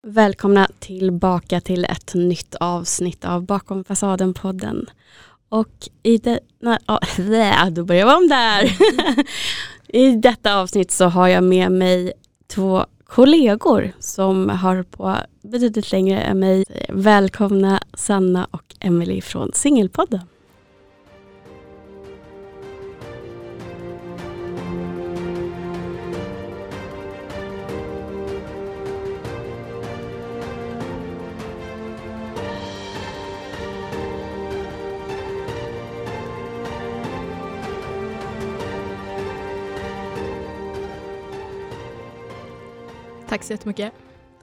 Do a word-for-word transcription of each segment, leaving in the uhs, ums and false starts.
Välkomna tillbaka till ett nytt avsnitt av Bakom fasaden-podden. Och i det... Nej, oh, då börjar jag om där. I detta avsnitt så har jag med mig två kollegor som har på betydligt längre än mig. Välkomna Sanna och Emily från Singelpodden. Tack så jättemycket.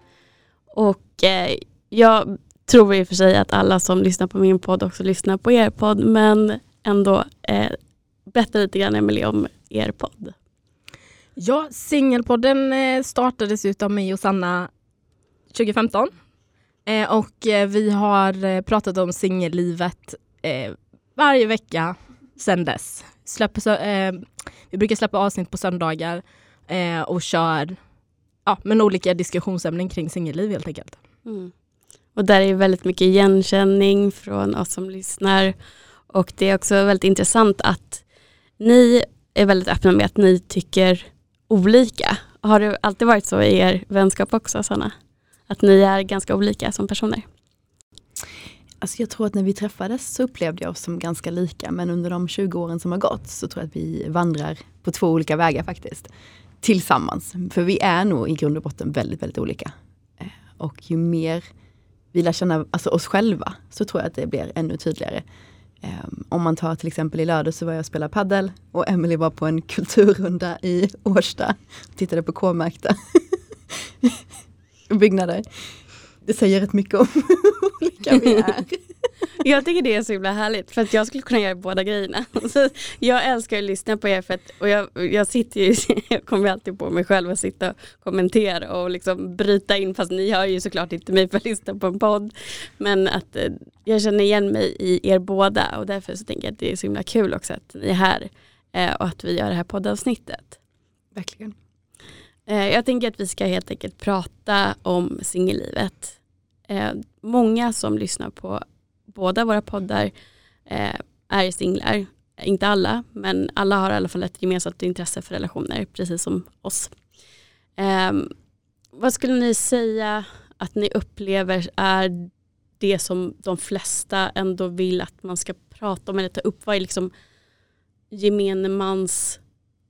Och eh, jag tror i och för sig att alla som lyssnar på min podd också lyssnar på er podd. Men ändå, eh, berätta lite grann Emily om er podd. Ja, Singelpodden eh, startades ut av mig och Sanna tjugo femton. Eh, och eh, vi har eh, pratat om singellivet eh, varje vecka sedan dess. Släpper, så, eh, vi brukar släppa avsnitt på söndagar eh, och kör... Ja, men olika diskussionsämnen kring singelliv helt enkelt. Mm. Och där är väldigt mycket igenkänning från oss som lyssnar. Och det är också väldigt intressant att ni är väldigt öppna med att ni tycker olika. Har det alltid varit så i er vänskap också, Sanna? Att ni är ganska olika som personer? Alltså jag tror att när vi träffades så upplevde jag oss som ganska lika. Men under de tjugo åren som har gått så tror jag att vi vandrar på två olika vägar faktiskt. Tillsammans. För vi är nog i grund och botten väldigt, väldigt olika. Och ju mer vi lär känna alltså oss själva så tror jag att det blir ännu tydligare. Um, om man tar till exempel i lördag så var jag och spelade paddel och Emily var på en kulturrunda i Årsta och tittade på K-märkta byggnader. Det säger rätt mycket om hur olika vi är. Jag tycker det är så himla härligt för att jag skulle kunna göra båda grejerna. Så jag älskar att lyssna på er för att, och jag, jag sitter ju, jag kommer alltid på mig själv att sitta och kommentera och liksom bryta in, fast ni har ju såklart inte mig för att lyssna på en podd. Men att eh, jag känner igen mig i er båda och därför så tänker jag att det är så himla kul också att ni är här eh, och att vi gör det här poddavsnittet. Verkligen. Eh, jag tänker att vi ska helt enkelt prata om singellivet. Eh, många som lyssnar på båda våra poddar eh, är singlar. Inte alla, men alla har i alla fall ett gemensamt intresse för relationer, precis som oss. Eh, vad skulle ni säga att ni upplever är det som de flesta ändå vill att man ska prata om eller ta upp? Vad är liksom gemene mans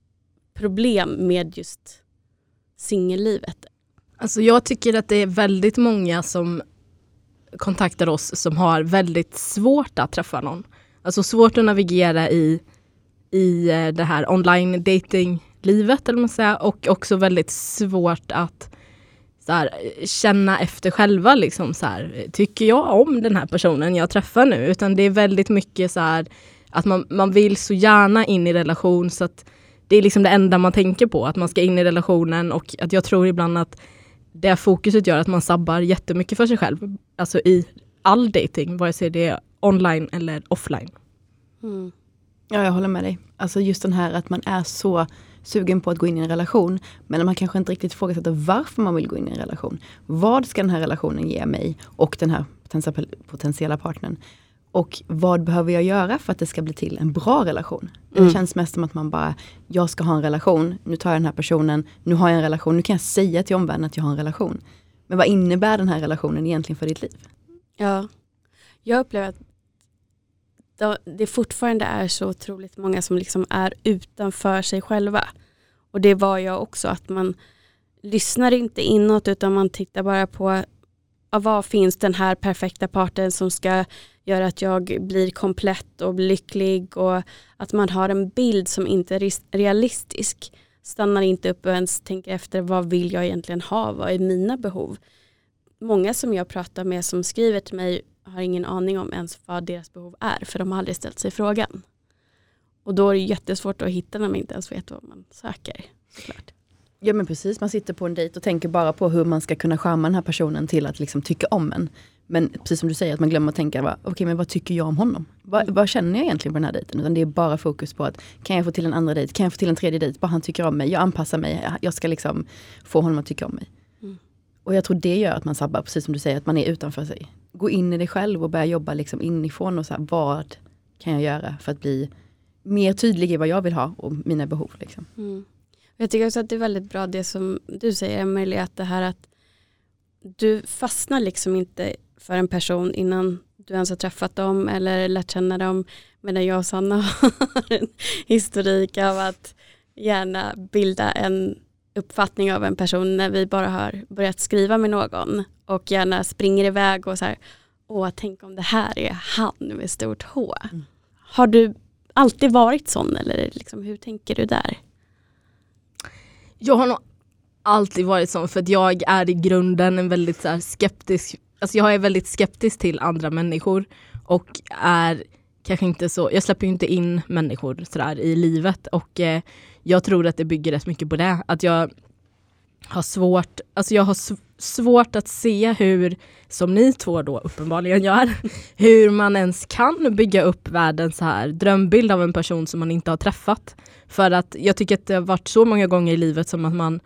problem med just singellivet? Alltså jag tycker att det är väldigt många som kontaktar oss som har väldigt svårt att träffa någon. Alltså svårt att navigera i, i det här online dating-livet eller man säger, och också väldigt svårt att så här, känna efter själva liksom, så här, tycker jag om den här personen jag träffar nu, utan det är väldigt mycket så här, att man, man vill så gärna in i relation så att det är liksom det enda man tänker på, att man ska in i relationen, och att jag tror ibland att det fokuset gör att man sabbar jättemycket för sig själv. Alltså i all dating, vare sig det är online eller offline. Mm. Ja, jag håller med dig. Alltså just den här att man är så sugen på att gå in i en relation, men man kanske inte riktigt ifrågasätter varför man vill gå in i en relation. Vad ska den här relationen ge mig och den här potentiella partnern? Och vad behöver jag göra för att det ska bli till en bra relation? Mm. Det känns mest som att man bara, jag ska ha en relation, nu tar jag den här personen, nu har jag en relation, nu kan jag säga till omvärlden att jag har en relation. Men vad innebär den här relationen egentligen för ditt liv? Ja, jag upplever att det fortfarande är så otroligt många som liksom är utanför sig själva. Och det var jag också, att man lyssnar inte inåt utan man tittar bara på ja, vad finns den här perfekta parten som ska göra att jag blir komplett och lycklig, och att man har en bild som inte är realistisk. Stannar inte upp och ens tänker efter, vad vill jag egentligen ha? Vad är mina behov? Många som jag pratar med som skriver till mig har ingen aning om ens vad deras behov är, för de har aldrig ställt sig frågan. Och då är det jättesvårt att hitta när man inte ens vet vad man söker. Såklart. Ja men precis, man sitter på en dejt och tänker bara på hur man ska kunna charma den här personen till att liksom tycka om en. Men precis som du säger, att man glömmer att tänka, okej okay, men vad tycker jag om honom? Va, mm. Vad känner jag egentligen på den här dejten? Utan det är bara fokus på att, kan jag få till en andra dejt? Kan jag få till en tredje dejt? Bara han tycker om mig, jag anpassar mig, jag ska liksom få honom att tycka om mig. Mm. Och jag tror det gör att man sabbar, precis som du säger, att man är utanför sig. Gå in i dig själv och börja jobba liksom inifrån och så här, vad kan jag göra för att bli mer tydlig i vad jag vill ha och mina behov. Liksom. Mm. Jag tycker också att det är väldigt bra det som du säger, Emelie, att det här att du fastnar liksom inte för en person innan du ens har träffat dem eller lärt känna dem. Medan jag och Sanna har en historik av att gärna bilda en uppfattning av en person när vi bara har börjat skriva med någon och gärna springer iväg och så här, åh, tänk om det här är han med stort H. Mm. Har du alltid varit sån eller liksom, hur tänker du där? Jag har nog alltid varit sån för att jag är i grunden en väldigt så här, skeptisk, alltså jag är väldigt skeptisk till andra människor och är kanske inte så, jag släpper ju inte in människor så där i livet och eh, jag tror att det bygger rätt mycket på det. Att jag har svårt, alltså jag har sv- svårt att se hur, som ni två då uppenbarligen gör, hur man ens kan bygga upp världens så här drömbild av en person som man inte har träffat. För att jag tycker att det har varit så många gånger i livet som att man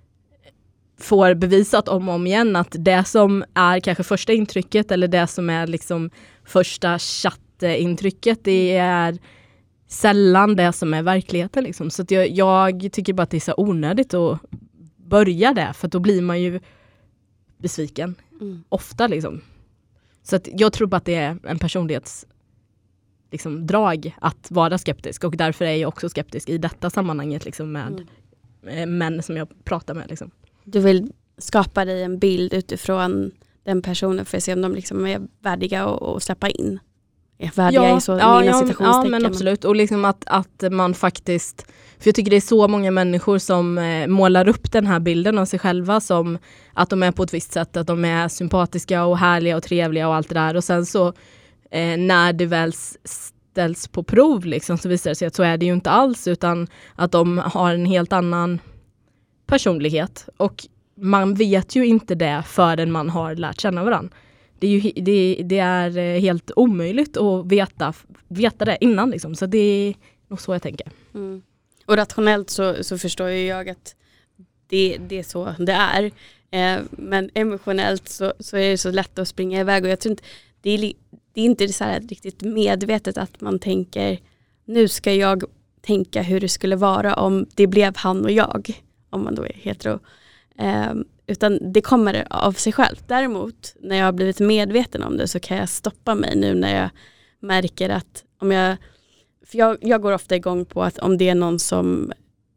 får bevisat om och om igen att det som är kanske första intrycket eller det som är liksom första chattintrycket, det är sällan det som är verkligheten. Liksom. Så att jag, jag tycker bara att det är så onödigt att börja det, för då blir man ju besviken. Mm. Ofta liksom. Så att jag tror bara att det är en personlighets liksom, drag att vara skeptisk, och därför är jag också skeptisk i detta sammanhanget liksom, med mm. män som jag pratar med. Liksom. Du vill skapa dig en bild utifrån den personen för att se om de liksom är värdiga och släppa in. Är värdiga ja, i så ja, mina ja, citationstecken. Ja, men absolut. Och liksom att, att man faktiskt, för jag tycker det är så många människor som eh, målar upp den här bilden av sig själva som att de är på ett visst sätt, att de är sympatiska och härliga och trevliga och allt det där. Och sen så eh, när det väl ställs på prov liksom, så visar det sig att så är det ju inte alls, utan att de har en helt annan personlighet. Och man vet ju inte det förrän man har lärt känna varandra. Det är, ju, det, det är helt omöjligt att veta, veta det innan. Liksom. Så det är nog så jag tänker. Mm. Och rationellt så, så förstår ju jag att det, det är så det är. Eh, men emotionellt så, så är det så lätt att springa iväg. Och jag tror inte, det är, det är inte så här riktigt medvetet att man tänker, nu ska jag tänka hur det skulle vara om det blev han och jag. Om man då är hetero. Eh, Utan det kommer av sig själv. Däremot när jag har blivit medveten om det så kan jag stoppa mig nu när jag märker att om jag, för jag, jag går ofta igång på att om det är någon som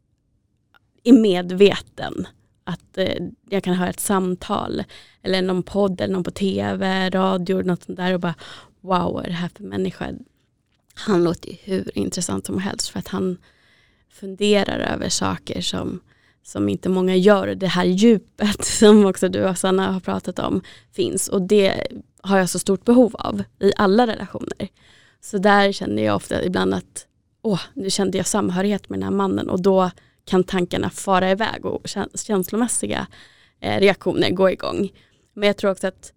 är medveten, att eh, jag kan höra ett samtal eller någon podd eller någon på tv, radio, något sånt där och bara wow, vad är det här för människa? Han låter ju hur intressant som helst för att han funderar över saker som som inte många gör. Det här djupet som också du och Sanna har pratat om finns. Och det har jag så stort behov av i alla relationer. Så där känner jag ofta ibland att åh, nu kände jag samhörighet med den här mannen. Och då kan tankarna fara iväg och känslomässiga eh, reaktioner gå igång. Men jag tror också att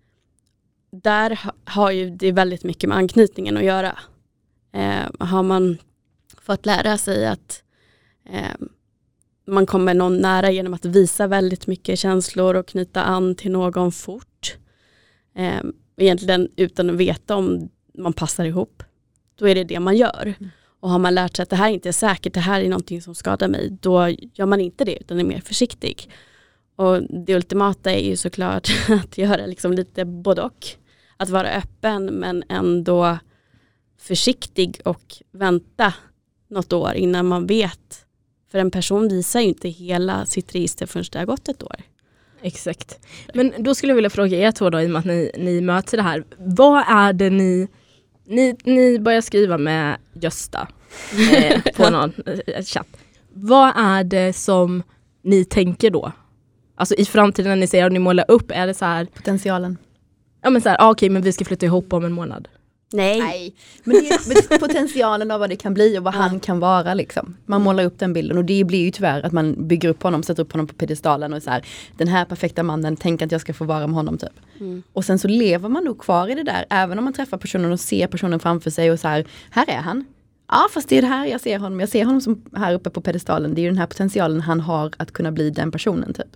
där har ju det väldigt mycket med anknytningen att göra. Eh, har man fått lära sig att eh, man kommer någon nära genom att visa väldigt mycket känslor och knyta an till någon fort. Eh, egentligen utan att veta om man passar ihop. Då är det det man gör. Mm. Och har man lärt sig att det här inte är säkert, det här är någonting som skadar mig, då gör man inte det utan är mer försiktig. Och det ultimata är ju såklart att göra liksom lite både och. Att vara öppen men ändå försiktig och vänta något år innan man vet. För en person visar ju inte hela sitt register förrän det har gått ett år. Exakt. Men då skulle jag vilja fråga er två då, i och med att ni, ni möter det här. Vad är det ni... Ni, ni börjar skriva med Gösta eh, på någon eh, chatt. Vad är det som ni tänker då? Alltså i framtiden när ni säger att ni målar upp, är det så här... Potentialen. Ja men så här, ah, okej, men vi ska flytta ihop om en månad. Nej. Nej, men det är potentialen av vad det kan bli och vad ja. han kan vara liksom. Man målar upp den bilden och det blir ju tyvärr att man bygger upp honom, sätter upp honom på pedestalen och så här, den här perfekta mannen, tänk att jag ska få vara med honom typ. Mm. Och sen så lever man nog kvar i det där, även om man träffar personen och ser personen framför sig och så här, här är han. Ja, fast det är det här jag ser honom. Jag ser honom som här uppe på pedestalen. Det är ju den här potentialen han har att kunna bli den personen typ.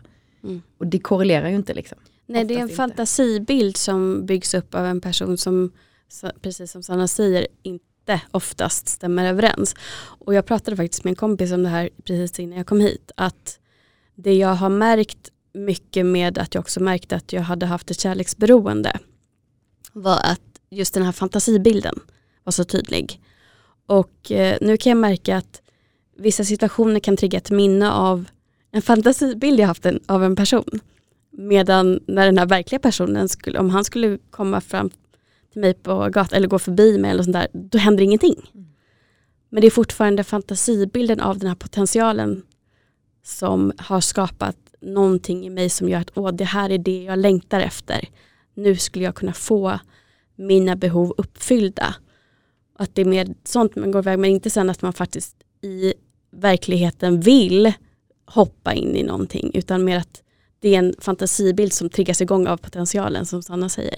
Mm. Och det korrelerar ju inte liksom. Nej, det är en inte. fantasibild som byggs upp av en person som, precis som Sanna säger, inte oftast stämmer överens. Och jag pratade faktiskt med en kompis om det här precis innan jag kom hit. Att det jag har märkt mycket med att jag också märkte att jag hade haft ett kärleksberoende var att just den här fantasibilden var så tydlig. Och eh, nu kan jag märka att vissa situationer kan trigga ett minne av en fantasibild jag haft en, av en person. Medan när den här verkliga personen, skulle, om han skulle komma fram till mig på gatan eller gå förbi mig eller sånt där, då händer ingenting. Mm. Men det är fortfarande fantasibilden av den här potentialen som har skapat någonting i mig som gör att åh, det här är det jag längtar efter. Nu skulle jag kunna få mina behov uppfyllda. Att det är mer sånt man går iväg, men inte sen att man faktiskt i verkligheten vill hoppa in i någonting, utan mer att det är en fantasibild som triggas igång av potentialen, som Sanna säger.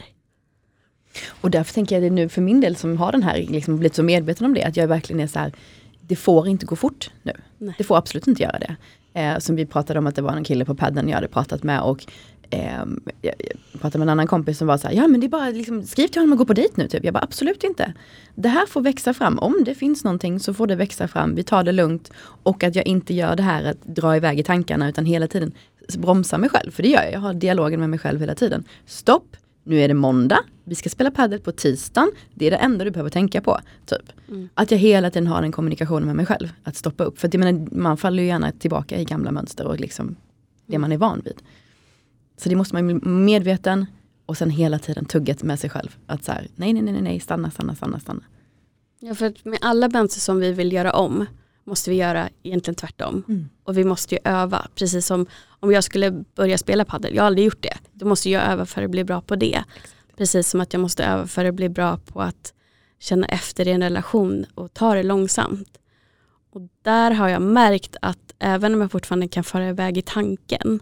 Och därför tänker jag det nu för min del som har den här, liksom blivit så medveten om det, att jag verkligen är så här, det får inte gå fort nu. Nej. Det får absolut inte göra det. Eh, som vi pratade om att det var en kille på padden jag hade pratat med, och eh, jag, jag pratade med en annan kompis som var så här, ja men det är bara liksom, skriv till honom och gå på dejt nu typ. Jag bara absolut inte. Det här får växa fram. Om det finns någonting så får det växa fram. Vi tar det lugnt, och att jag inte gör det här att dra iväg i tankarna, utan hela tiden bromsa mig själv. För det gör jag. Jag har dialogen med mig själv hela tiden. Stopp. Nu är det måndag. Vi ska spela paddel på tisdagen. Det är det enda du behöver tänka på. Typ. Mm. Att jag hela tiden har den kommunikationen med mig själv. Att stoppa upp. För att, jag menar, man faller ju gärna tillbaka i gamla mönster och liksom det man är van vid. Så det måste man bli medveten. Och sen hela tiden tugget med sig själv. Att så här, nej, nej, nej, nej, stanna, stanna, stanna, stanna. Ja, för att med alla mönster som vi vill göra om måste vi göra egentligen tvärtom. Mm. Och vi måste ju öva. Precis som om jag skulle börja spela paddel. Jag har aldrig gjort det. Då måste jag öva för att bli bra på det. Exakt. Precis som att jag måste öva för att bli bra på att känna efter i en relation och ta det långsamt. Och där har jag märkt att även om jag fortfarande kan föra iväg i tanken,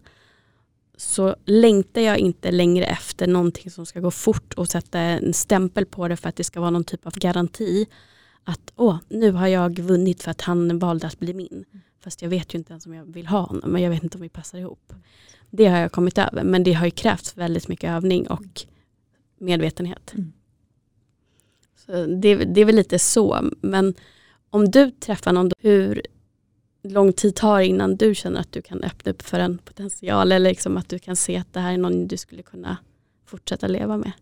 så längtar jag inte längre efter någonting som ska gå fort och sätta en stämpel på det för att det ska vara någon typ av garanti. Att åh, nu har jag vunnit för att han valde att bli min. Fast jag vet ju inte ens om jag vill ha honom. Men jag vet inte om vi passar ihop. Det har jag kommit över. Men det har ju krävts väldigt mycket övning och medvetenhet. Mm. Så det, det är väl lite så. Men om du träffar någon, hur lång tid tar det innan du känner att du kan öppna upp för en potential? Eller liksom att du kan se att det här är någon du skulle kunna fortsätta leva med?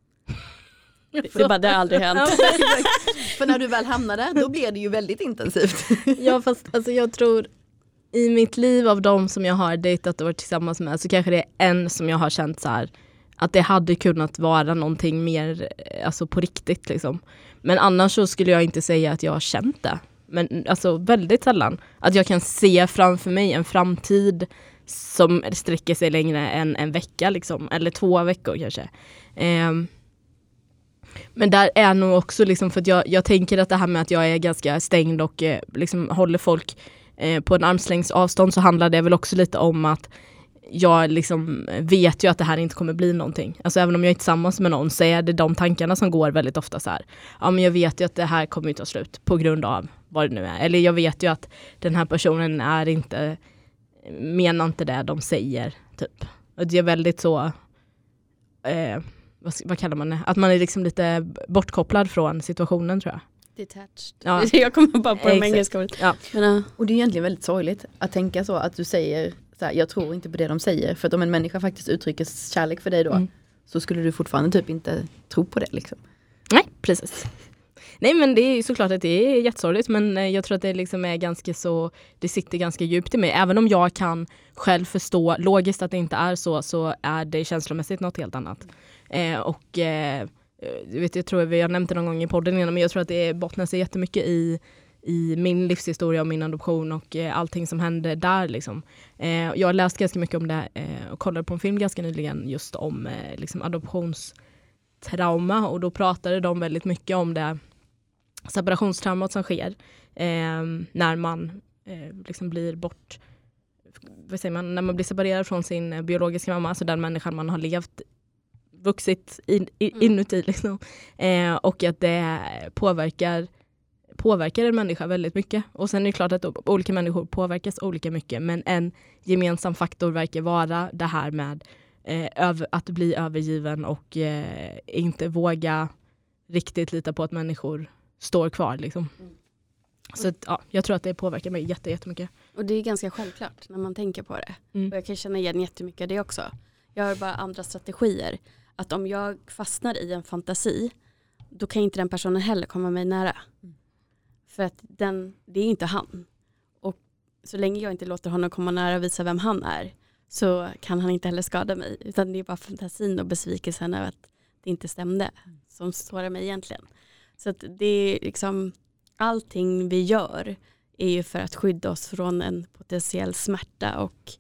Det, det, bara, det har aldrig hänt. För när du väl hamnar där, då blir det ju väldigt intensivt. Ja, fast alltså, jag tror i mitt liv av dem som jag har dejtat och varit tillsammans med, så kanske det är en som jag har känt så här, att det hade kunnat vara någonting mer alltså, på riktigt liksom. Men annars så skulle jag inte säga att jag har känt det. Men alltså väldigt sällan. Att jag kan se framför mig en framtid som sträcker sig längre än en vecka liksom. Eller två veckor kanske. Ehm Men där är nog också liksom, för att jag, jag tänker att det här med att jag är ganska stängd och eh, liksom håller folk eh, på en armslängds avstånd, så handlar det väl också lite om att jag liksom vet ju att det här inte kommer bli någonting. Alltså även om jag är tillsammans med någon, så är det de tankarna som går väldigt ofta så här. Ja, men jag vet ju att det här kommer inte ta slut på grund av vad det nu är. Eller jag vet ju att den här personen är inte, menar inte det de säger typ. Och det är väldigt så eh, Vad, vad kallar man det? Att man är liksom lite bortkopplad från situationen, tror jag. Detached. Ja. Jag kommer bara på de engelska ordet. Ja. Men, uh. Och det är egentligen väldigt sorgligt att tänka så, att du säger så här, jag tror inte på det de säger. För att om en människa faktiskt uttrycker kärlek för dig då, mm. så skulle du fortfarande typ inte tro på det liksom. Nej, precis. Nej, men det är ju såklart att det är jättesorgligt, men jag tror att det liksom är ganska så, det sitter ganska djupt i mig. Även om jag kan själv förstå logiskt att det inte är så, så är det känslomässigt något helt annat. Eh, och eh, jag, vet, jag tror vi har nämnt det någon gång i podden innan, men jag tror att det bottnar sig jättemycket i, i min livshistoria och min adoption och eh, allting som hände där liksom. Eh, jag har läst ganska mycket om det eh, och kollade på en film ganska nyligen just om eh, liksom adoptionstrauma, och då pratade de väldigt mycket om det separationstraumat som sker eh, när man eh, liksom blir bort, vad säger man, när man blir separerad från sin biologiska mamma, alltså den människan man har levt vuxit in, in, inuti liksom. Eh, och att det påverkar påverkar en människa väldigt mycket. Och sen är det klart att olika människor påverkas olika mycket. Men en gemensam faktor verkar vara det här med eh, över, att bli övergiven och eh, inte våga riktigt lita på att människor står kvar. Liksom. Mm. Så att, ja, jag tror att det påverkar mig jätte, jättemycket. Och det är ganska självklart när man tänker på det. Mm. Och jag kan känna igen jättemycket av det också. Jag har bara andra strategier. Att om jag fastnar i en fantasi, då kan inte den personen heller komma mig nära. Mm. För att den, det är inte han. Och så länge jag inte låter honom komma nära och visa vem han är, så kan han inte heller skada mig. Utan det är bara fantasin och besvikelsen över att det inte stämde som sårar mig egentligen. Så att det är liksom, allting vi gör är ju för att skydda oss från en potentiell smärta. Och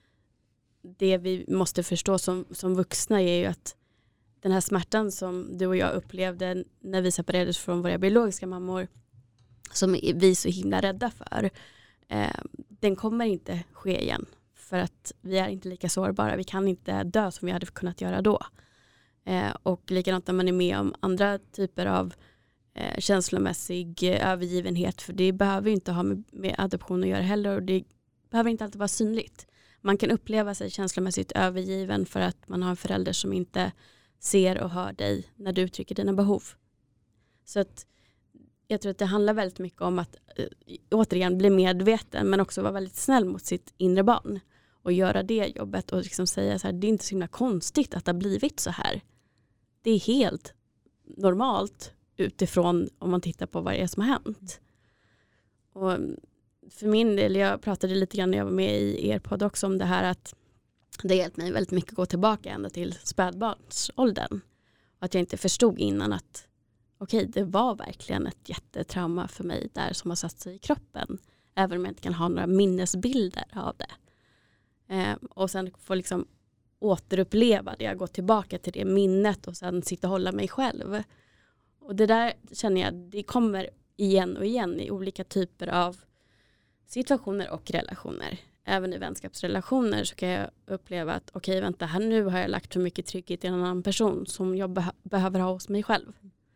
det vi måste förstå som, som vuxna är ju att den här smärtan som du och jag upplevde när vi separerades från våra biologiska mammor, som vi är så himla rädda för, eh, den kommer inte ske igen. För att vi är inte lika sårbara. Vi kan inte dö som vi hade kunnat göra då. Eh, och likadant när man är med om andra typer av eh, känslomässig eh, övergivenhet. För det behöver inte ha med, med adoption att göra heller. Och det behöver inte alltid vara synligt. Man kan uppleva sig känslomässigt övergiven för att man har en förälder som inte ser och hör dig när du uttrycker dina behov. Så att jag tror att det handlar väldigt mycket om att äh, återigen bli medveten, men också vara väldigt snäll mot sitt inre barn och göra det jobbet och liksom säga så här, det är inte så himla konstigt att det har blivit så här. Det är helt normalt utifrån om man tittar på vad det är som har hänt. Och för min del, jag pratade lite grann när jag var med i er podd också om det här, att det har hjälpt mig väldigt mycket att gå tillbaka ända till spädbarnsåldern. Att jag inte förstod innan att okej, det var verkligen ett jättetrauma för mig där som har satt sig i kroppen. Även om jag inte kan ha några minnesbilder av det. Eh, och sen få liksom återuppleva det. Gå tillbaka till det minnet och sen sitta och hålla mig själv. Och det där känner jag, det kommer igen och igen i olika typer av situationer och relationer. Även i vänskapsrelationer så kan jag uppleva att okej, vänta, här nu har jag lagt för mycket trygghet i en annan person som jag beh- behöver ha hos mig själv.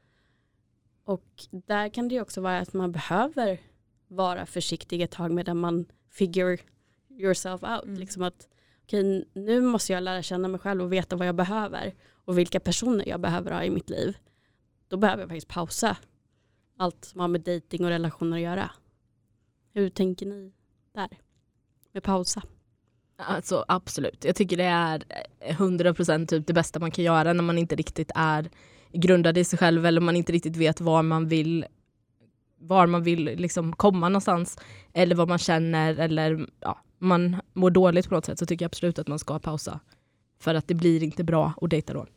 Och där kan det ju också vara att man behöver vara försiktig ett tag medan man figure yourself out. Mm. Liksom att okej, nu måste jag lära känna mig själv och veta vad jag behöver och vilka personer jag behöver ha i mitt liv. Då behöver jag faktiskt pausa allt som har med dating och relationer att göra. Hur tänker ni där? Med pausa? Alltså absolut. Jag tycker det är hundra procent typ det bästa man kan göra när man inte riktigt är grundad i sig själv eller man inte riktigt vet var man vill var man vill liksom komma någonstans eller vad man känner eller ja, man mår dåligt på något sätt, så tycker jag absolut att man ska pausa. För att det blir inte bra att dejta då.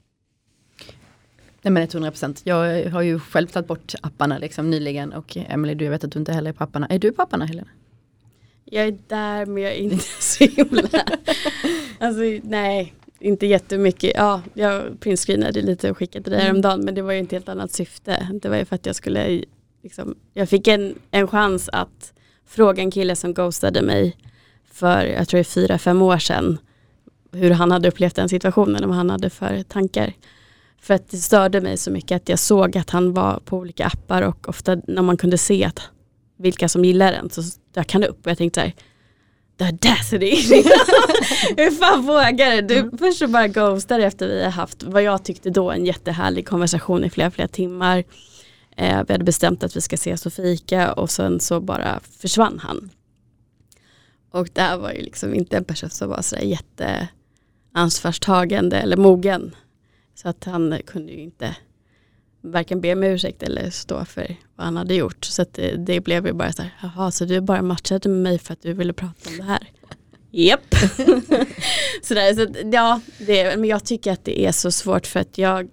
Nej, men hundra procent. Jag har ju själv tagit bort apparna liksom nyligen, och Emily, du, jag vet att du inte heller är papparna. Är du papparna, Helena? Jag är där, men jag är inte så himla. Alltså nej, inte jättemycket. Ja, jag printscreenade lite och skickade det här om dagen, men det var ju inte helt annat syfte. Det var ju för att jag skulle liksom, jag fick en, en chans att fråga en kille som ghostade mig för, jag tror det är fyra, fem år sedan, hur han hade upplevt den situationen och vad han hade för tankar. För att det störde mig så mycket att jag såg att han var på olika appar, och ofta när man kunde se att vilka som gillar den så dök han upp, och jag tänkte så här, the audacity. Hur fan vågar du? Mm. Först så bara ghostade efter vi har haft vad jag tyckte då en jättehärlig konversation i flera, flera timmar. Eh, vi hade bestämt att vi ska ses och fika, och sen så bara försvann han. Och det här var ju liksom inte en person som var så jätteansvarstagande eller mogen. Så att han kunde ju inte varken be om ursäkt eller stå för vad han hade gjort. Så att det, det blev ju bara så här, jaha, så du bara matchade med mig för att du ville prata om det här? Japp. så där, så att, ja, det, men jag tycker att det är så svårt, för att jag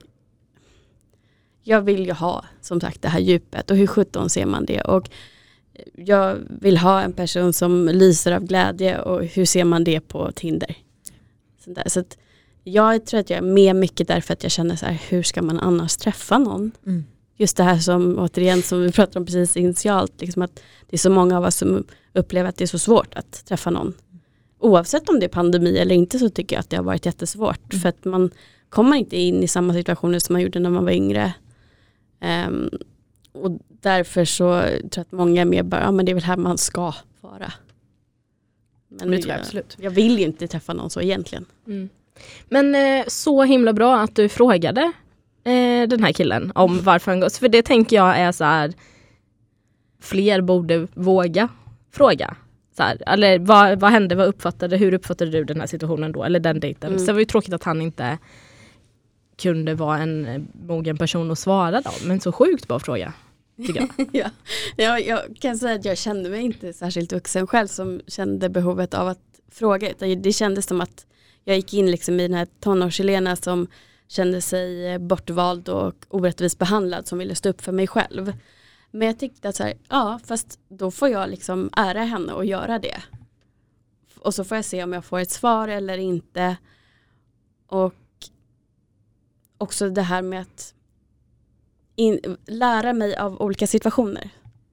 jag vill ju ha, som sagt, det här djupet. Och hur sjutton ser man det? Och jag vill ha en person som lyser av glädje, och hur ser man det på Tinder? Så, där, så att jag tror att jag är med mycket därför att jag känner så här, hur ska man annars träffa någon? Mm. Just det här som, återigen, som vi pratade om precis initialt, liksom att det är så många av oss som upplever att det är så svårt att träffa någon. Oavsett om det är pandemi eller inte, så tycker jag att det har varit jättesvårt. Mm. För att man kommer inte in i samma situationer som man gjorde när man var yngre. Um, och därför så tror jag att många mer bara, ja men det är väl här man ska vara. Men det tror jag jag, absolut. Jag vill ju inte träffa någon så egentligen. Mm. Men eh, så himla bra att du frågade eh, den här killen om varför han gått. För det tänker jag är så här, fler borde våga fråga. Så här, eller vad, vad hände, vad uppfattade, hur uppfattade du den här situationen då? Eller den dejten. Mm. Så det var ju tråkigt att han inte kunde vara en mogen person att svara då. Men så sjukt bra fråga, tycker jag. ja. ja, jag kan säga att jag kände mig inte särskilt vuxen själv som kände behovet av att fråga. Utan det kändes som att jag gick in liksom i den här tonårs-Helena som kände sig bortvald och orättvist behandlad, som ville stå upp för mig själv. Men jag tyckte att så här, ja, fast då får jag liksom ära henne och göra det. Och så får jag se om jag får ett svar eller inte. Och också det här med att in, lära mig av olika situationer.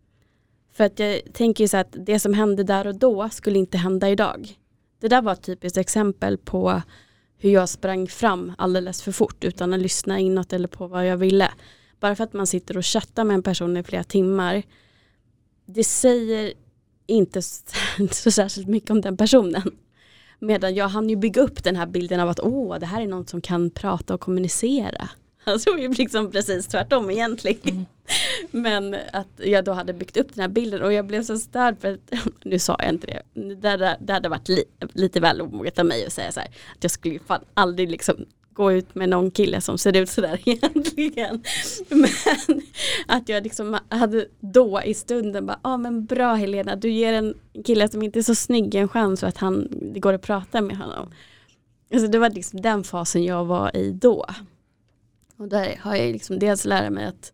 För att jag tänker ju så att det som hände där och då skulle inte hända idag. Det där var ett typiskt exempel på hur jag sprang fram alldeles för fort utan att lyssna inåt eller på vad jag ville. Bara för att man sitter och chattar med en person i flera timmar, det säger inte så, så särskilt mycket om den personen. Medan jag hann ju bygga upp den här bilden av att åh, det här är någon som kan prata och kommunicera. Alltså det är liksom precis tvärtom egentligen. Mm. Men att jag då hade byggt upp den här bilden och jag blev så störd för att, nu sa jag inte det, det, det, det hade varit li, lite väl omoget av mig att säga så här, att jag skulle ju fan aldrig liksom gå ut med någon kille som ser ut sådär egentligen. Men att jag liksom hade då i stunden bara, ja ah, men bra Helena, du ger en kille som inte är så snygg en chans så att han, det går att prata med honom. Alltså det var liksom den fasen jag var i då. Och där har jag liksom dels lärt mig att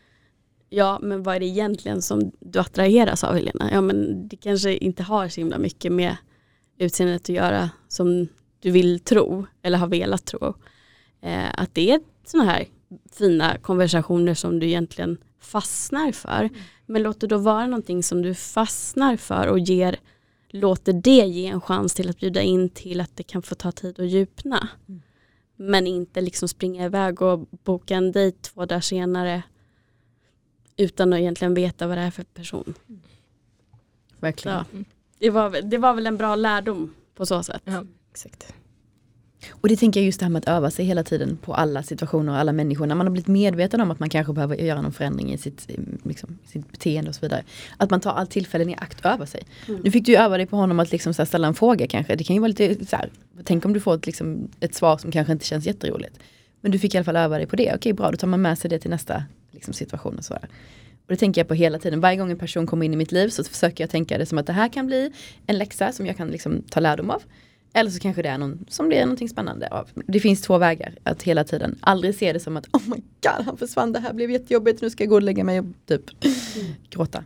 ja, men vad är det egentligen som du attraheras av, Helena? Ja, men det kanske inte har så himla mycket med utseendet att göra som du vill tro eller har velat tro. Eh, att det är såna här fina konversationer som du egentligen fastnar för. Mm. Men låt det då vara någonting som du fastnar för och ger, låter det ge en chans till att bjuda in till att det kan få ta tid att djupna. Mm. Men inte liksom springa iväg och boka en dejt två dagar senare utan att egentligen veta vad det är för person. Mm. Verkligen. Så, det, var, det var väl en bra lärdom på så sätt. Ja, exakt. Och det tänker jag just det här med att öva sig hela tiden på alla situationer och alla människor. När man har blivit medveten om att man kanske behöver göra någon förändring i sitt, liksom, sitt beteende och så vidare. Att man tar all tillfällen i akt och öva sig. Mm. Nu fick du ju öva dig på honom att liksom så här ställa en fråga kanske. Det kan ju vara lite så här, tänk om du får ett, liksom, ett svar som kanske inte känns jätteroligt. Men du fick i alla fall öva dig på det. Okej, bra, då tar man med sig det till nästa liksom, situation och sådär. Och det tänker jag på hela tiden. Varje gång en person kommer in i mitt liv så försöker jag tänka det som att det här kan bli en läxa som jag kan liksom, ta lärdom av. Eller så kanske det är någon som det är någonting spännande av. Det finns två vägar att hela tiden aldrig se det som att oh my god, han försvann, det här blev jättejobbigt, nu ska jag gå och lägga mig och typ mm. gråta.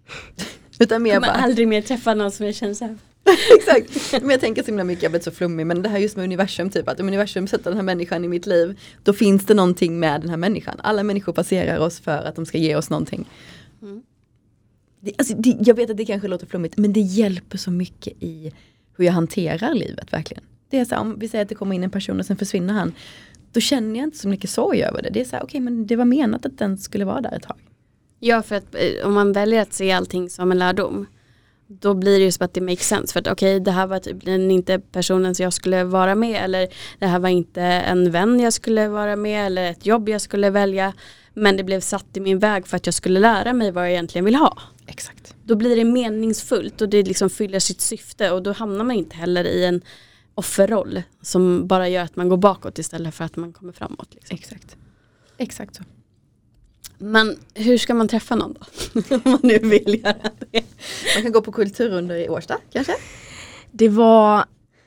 Utan mer kommer bara aldrig mer träffa någon som jag känner så här. Exakt, men jag tänker så himla mycket, jag vet så flummig, men det här just med universum typ, att om universum sätter den här människan i mitt liv, då finns det någonting med den här människan. Alla människor passerar oss för att de ska ge oss någonting. Mm. Det, alltså, det, jag vet att det kanske låter flummigt, men det hjälper så mycket i hur jag hanterar livet verkligen. Det är så här, om vi säger att det kommer in en person och sen försvinner han, då känner jag inte så mycket sorg över det. Det är så här, okej, okay, men det var menat att den skulle vara där ett tag. Ja, för att om man väljer att se allting som en lärdom, då blir det ju som att det makes sense. För att okej, okay, det här var typ inte personen som jag skulle vara med, eller det här var inte en vän jag skulle vara med, eller ett jobb jag skulle välja. Men det blev satt i min väg för att jag skulle lära mig vad jag egentligen vill ha. Exakt. Då blir det meningsfullt och det liksom fyller sitt syfte, och då hamnar man inte heller i en offerroll som bara gör att man går bakåt istället för att man kommer framåt. Liksom. Exakt. Exakt så. Men hur ska man träffa någon då? Om man nu vill göra det. Man kan gå på kulturunder i Årsta kanske? Det var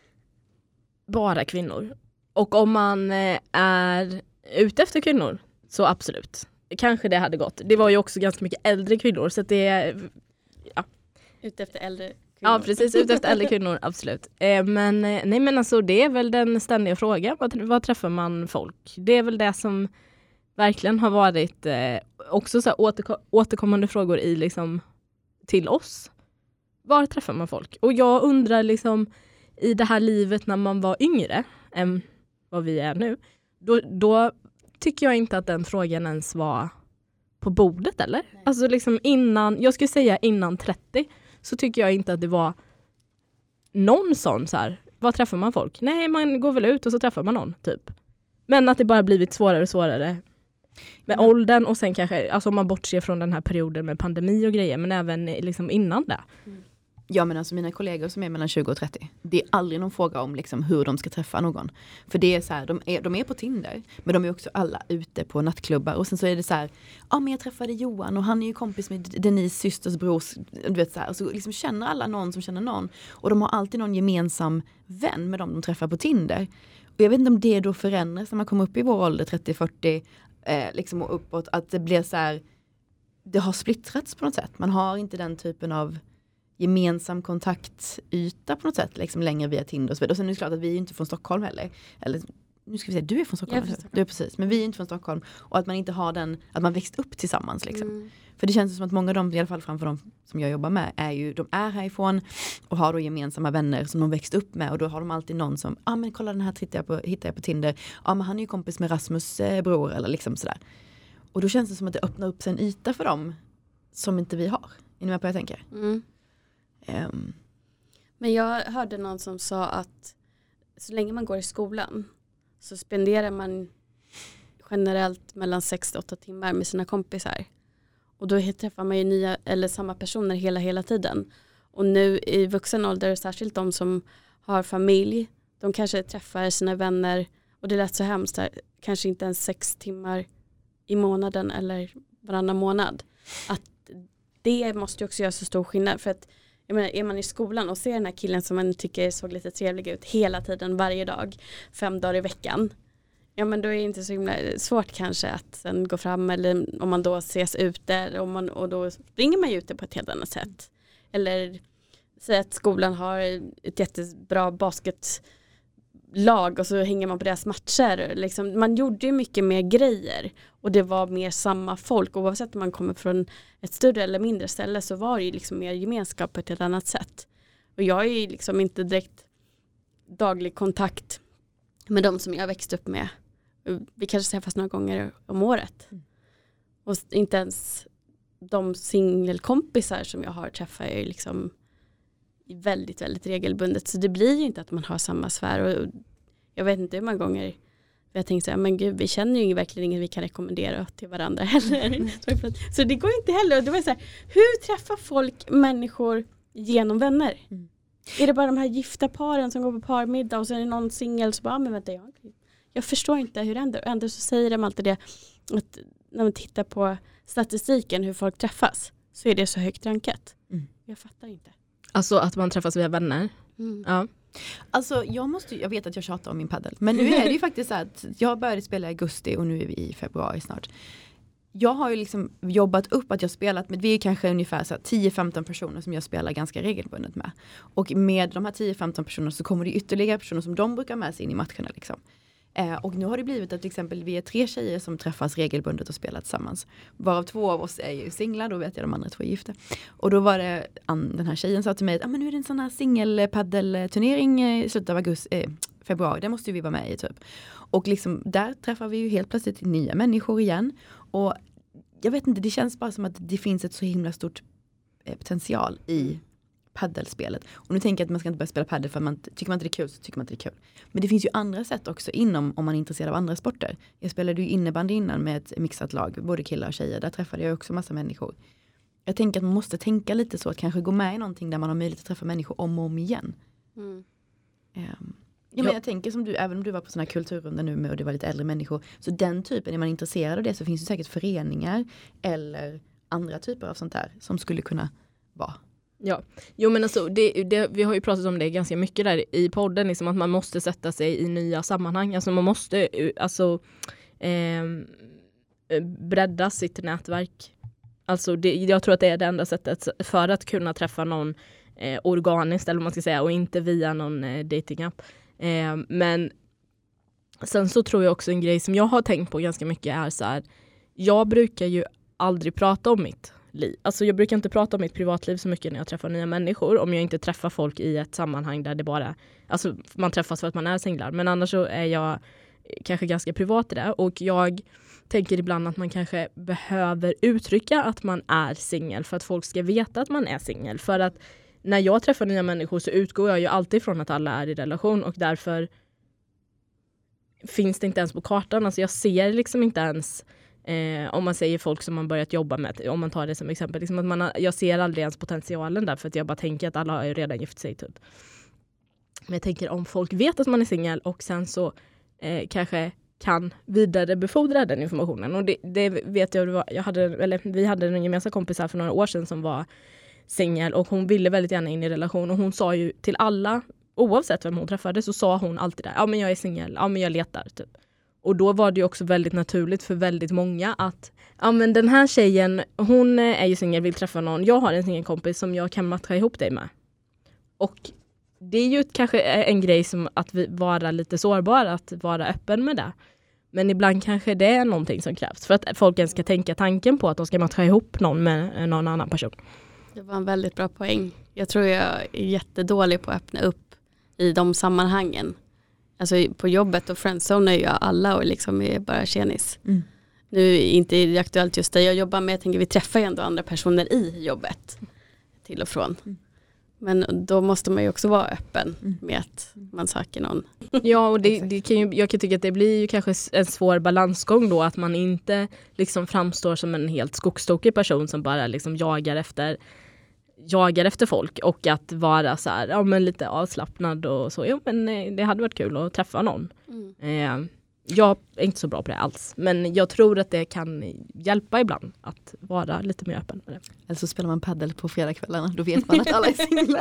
bara kvinnor. Och om man är ute efter kvinnor så absolut. Kanske det hade gått. Det var ju också ganska mycket äldre kvinnor. Så att det är... Ja. Ute efter äldre kvinnor. Ja, precis. Ute efter äldre kvinnor, absolut. Eh, men, nej, men alltså, det är väl den ständiga frågan. Vad, vad träffar man folk? Det är väl det som verkligen har varit eh, också så här återko- återkommande frågor i, liksom, till oss. Var träffar man folk? Och jag undrar liksom, i det här livet när man var yngre än vad vi är nu. Då... då tycker jag inte att den frågan ens var på bordet eller? Nej. Alltså liksom innan, jag skulle säga innan trettio så tycker jag inte att det var någon sån så här, vad träffar man folk? Nej, man går väl ut och så träffar man någon typ. Men att det bara blivit svårare och svårare med mm. åldern och sen kanske, alltså om man bortser från den här perioden med pandemi och grejer, men även liksom innan det. Mm. Ja, men alltså mina kollegor som är mellan tjugo och trettio, det är aldrig någon fråga om liksom hur de ska träffa någon. För det är så här, de är, de är på Tinder, men de är också alla ute på nattklubbar. Och sen så är det så här, ja men jag träffade Johan och han är ju kompis med Denise systers brors, du vet så här. Och så liksom känner alla någon som känner någon. Och de har alltid någon gemensam vän med dem de träffar på Tinder. Och jag vet inte om det då förändras när man kommer upp i vår ålder, trettio fyrtio, eh, liksom och uppåt, att det blir så här, det har splittrats på något sätt. Man har inte den typen av gemensam kontaktyta på något sätt liksom längre via Tinder och så vidare. Och sen är det klart att vi är inte från Stockholm heller. Eller nu ska vi säga, du är från Stockholm. Är från Stockholm. Du är precis, men vi är inte från Stockholm. Och att man inte har den, att man växt upp tillsammans liksom. Mm. För det känns som att många av dem, i alla fall framför de som jag jobbar med, är ju, de är härifrån och har då gemensamma vänner som de växt upp med. Och då har de alltid någon som, ja ah, men kolla den här hittar jag på, hittar jag på Tinder. Ja ah, men han är ju kompis med Rasmus eh, bror eller liksom sådär. Och då känns det som att det öppnar upp sig en yta för dem som inte vi har. Är ni med på vad jag tänker? Mm. Um. Men jag hörde någon som sa att så länge man går i skolan så spenderar man generellt mellan sex till åtta timmar med sina kompisar. Och då träffar man ju nya eller samma personer hela hela tiden. Och nu i vuxen ålder, särskilt de som har familj, de kanske träffar sina vänner, och det lät så hemskt här, kanske inte ens sex timmar i månaden eller varannan månad. Att det måste ju också göra så stor skillnad, för att jag menar, är man i skolan och ser den här killen som man tycker såg lite trevlig ut hela tiden, varje dag, fem dagar i veckan, ja men då är det inte så himla svårt kanske att sen gå fram, eller om man då ses ute och, man, och då springer man ju ute på ett helt annat sätt. Eller säg att skolan har ett jättebra basketlag och så hänger man på deras matcher. Liksom, man gjorde ju mycket mer grejer och det var mer samma folk. Oavsett om man kommer från ett större eller mindre ställe så var det ju liksom mer gemenskap på ett helt annat sätt. Och jag är ju liksom inte direkt daglig kontakt med de som jag växt upp med. Vi kanske träffas några gånger om året. Mm. Och inte ens de singelkompisar som jag har träffar jag ju liksom väldigt, väldigt regelbundet. Så det blir ju inte att man har samma sfär. Och jag vet inte hur många gånger jag har tänkt så här, men gud, vi känner ju verkligen ingen vi kan rekommendera till varandra heller. Mm. Så det går inte heller. Och det var så här, hur träffar folk människor genom vänner? Mm. Är det bara de här gifta paren som går på parmiddag och sen är det någon singel som bara, ah, men vänta, jag, jag förstår inte hur det ändå. Och ändå så säger de alltid det, att när man tittar på statistiken hur folk träffas så är det så högt rankat. Mm. Jag fattar inte. Alltså att man träffas via vänner. Mm. Ja. Alltså jag måste, jag vet att jag tjatar om min paddel, men nu är det ju faktiskt så att jag började spela i augusti och nu är vi i februari snart. Jag har ju liksom jobbat upp att jag spelat med, vi är kanske ungefär så tio femton personer som jag spelar ganska regelbundet med. Och med de här tio femton personerna så kommer det ytterligare personer som de brukar med sig in i matcherna liksom. Eh, och nu har det blivit att till exempel vi är tre tjejer som träffas regelbundet och spelar tillsammans. Varav två av oss är ju singlar, då vet jag de andra två är gifta. Och då var det, an, den här tjejen sa till mig att ah, men nu är det en sån här singelpaddelturnering i slutet av augusti, eh, februari, det måste ju vi vara med i typ. Och liksom där träffar vi ju helt plötsligt nya människor igen. Och jag vet inte, det känns bara som att det finns ett så himla stort eh, potential i paddelspelet. Och nu tänker jag att man ska inte börja spela paddel för man tycker man inte det är kul så tycker man inte det är kul. Men det finns ju andra sätt också inom om man är intresserad av andra sporter. Jag spelade ju innebandy innan med ett mixat lag, både killar och tjejer. Där träffade jag också massa människor. Jag tänker att man måste tänka lite så att kanske gå med i någonting där man har möjlighet att träffa människor om och om igen. Mm. Um, ja, men jag tänker som du, även om du var på såna här kulturrunder nu med och det var lite äldre människor, så den typen, är man intresserad av det så finns det säkert föreningar eller andra typer av sånt här som skulle kunna vara. Ja, jo men alltså det, det, vi har ju pratat om det ganska mycket där i podden, liksom att man måste sätta sig i nya sammanhang, alltså man måste alltså eh, bredda sitt nätverk. Alltså det, jag tror att det är det enda sättet för att kunna träffa någon eh, organiskt, eller vad man ska säga, och inte via någon eh, datingapp. Eh, men sen så tror jag också en grej som jag har tänkt på ganska mycket är så här, jag brukar ju aldrig prata om mitt liv. Alltså jag brukar inte prata om mitt privatliv så mycket när jag träffar nya människor, om jag inte träffar folk i ett sammanhang där det bara, alltså man träffas för att man är singlar, men annars så är jag kanske ganska privat i det, och jag tänker ibland att man kanske behöver uttrycka att man är singel för att folk ska veta att man är singel. För att när jag träffar nya människor så utgår jag ju alltid från att alla är i relation och därför finns det inte ens på kartan. Alltså jag ser liksom inte ens eh, om man säger folk som man börjat jobba med, om man tar det som exempel. Liksom att man har, jag ser aldrig ens potentialen där för att jag bara tänker att alla har ju redan gift sig typ. Men jag tänker om folk vet att man är singel och sen så eh, kanske kan vidarebefordra den informationen. Och det, det vet jag, jag hade, eller vi hade en gemensam kompis här för några år sedan som var singel och hon ville väldigt gärna in i relation och hon sa ju till alla, oavsett vem hon träffade, så sa hon alltid där, ja men jag är singel, ja men jag letar typ. Och då var det ju också väldigt naturligt för väldigt många att ja men den här tjejen, hon är ju singel, vill träffa någon, jag har en singelkompis som jag kan matcha ihop dig med. Och det är ju kanske en grej som att vi vara lite sårbar, att vara öppen med det. Men ibland kanske det är någonting som krävs för att folk ens ska tänka tanken på att de ska matcha ihop någon med någon annan person. Det var en väldigt bra poäng. Jag tror jag är jättedålig på att öppna upp i de sammanhangen. Alltså på jobbet och friendzone är jag alla och liksom är bara tjenis. Mm. Nu är inte det aktuellt just det jag jobbar med. Jag tänker vi träffar ju ändå andra personer i jobbet till och från. Mm. Men då måste man ju också vara öppen mm. med att man söker någon. Ja, och det, det kan ju, jag kan tycka att det blir ju kanske en svår balansgång då. Att man inte liksom framstår som en helt skogstokig person som bara liksom jagar efter jagar efter folk. Och att vara så här, ja men lite avslappnad och så. Jo, men det hade varit kul att träffa någon. Mm. Eh, jag är inte så bra på det alls. Men jag tror att det kan hjälpa ibland att vara lite mer öppen med det. Eller så spelar man paddel på fredagskvällarna. Då vet man att alla är singlar.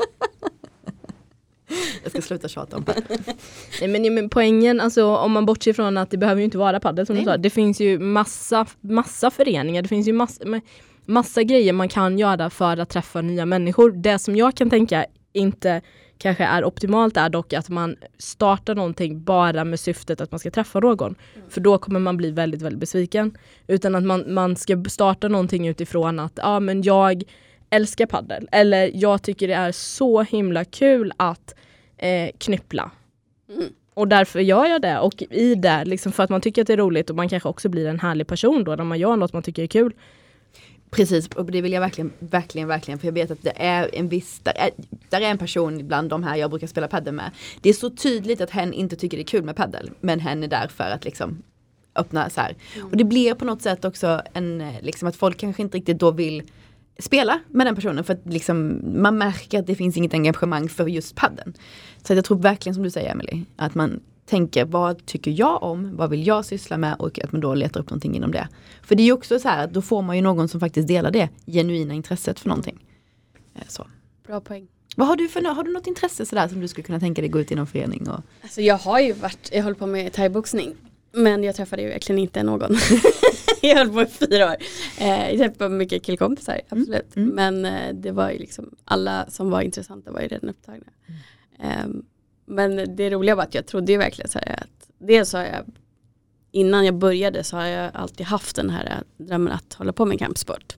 Jag ska sluta tjata om paddel. Nej, men, men poängen, alltså, om man bortser från att det behöver ju inte vara paddel som du sa. Det finns ju massa, massa föreningar. Det finns ju massa, massa grejer man kan göra för att träffa nya människor. Det som jag kan tänka inte kanske är optimalt är dock att man startar någonting bara med syftet att man ska träffa någon. Mm. För då kommer man bli väldigt, väldigt besviken. Utan att man, man ska starta någonting utifrån att ja, men jag älskar paddel. Eller jag tycker det är så himla kul att eh, knyppla. Mm. Och därför gör jag det. Och i det, liksom för att man tycker att det är roligt och man kanske också blir en härlig person då när man gör något man tycker är kul. Precis, och det vill jag verkligen, verkligen, verkligen, för jag vet att det är en viss, där är, där är en person bland de här jag brukar spela paddel med. Det är så tydligt att hen inte tycker det är kul med paddel, men hen är där för att liksom öppna så här. Mm. Och det blir på något sätt också en, liksom att folk kanske inte riktigt då vill spela med den personen för att liksom, man märker att det finns inget engagemang för just paddeln. Så jag tror verkligen som du säger Emily, att man tänker vad tycker jag om, vad vill jag syssla med och att man då letar upp någonting inom det. För det är ju också så här att då får man ju någon som faktiskt delar det genuina intresset för någonting. Så. Bra poäng. Vad har du för har du något intresse sådär som du skulle kunna tänka dig gå ut i någon förening? Och... Alltså jag har ju varit, jag håller på med thaiboxning. Men jag träffade ju verkligen inte någon. Jag höll på i fyra år. Eh, jag träffade mycket killkompisar, absolut. Mm. Mm. Men eh, det var ju liksom, alla som var intressanta var ju redan upptagna. Mm. Eh, men det roliga var att jag trodde ju verkligen så här att dels har jag, innan jag började så har jag alltid haft den här drömmen att hålla på med kampsport.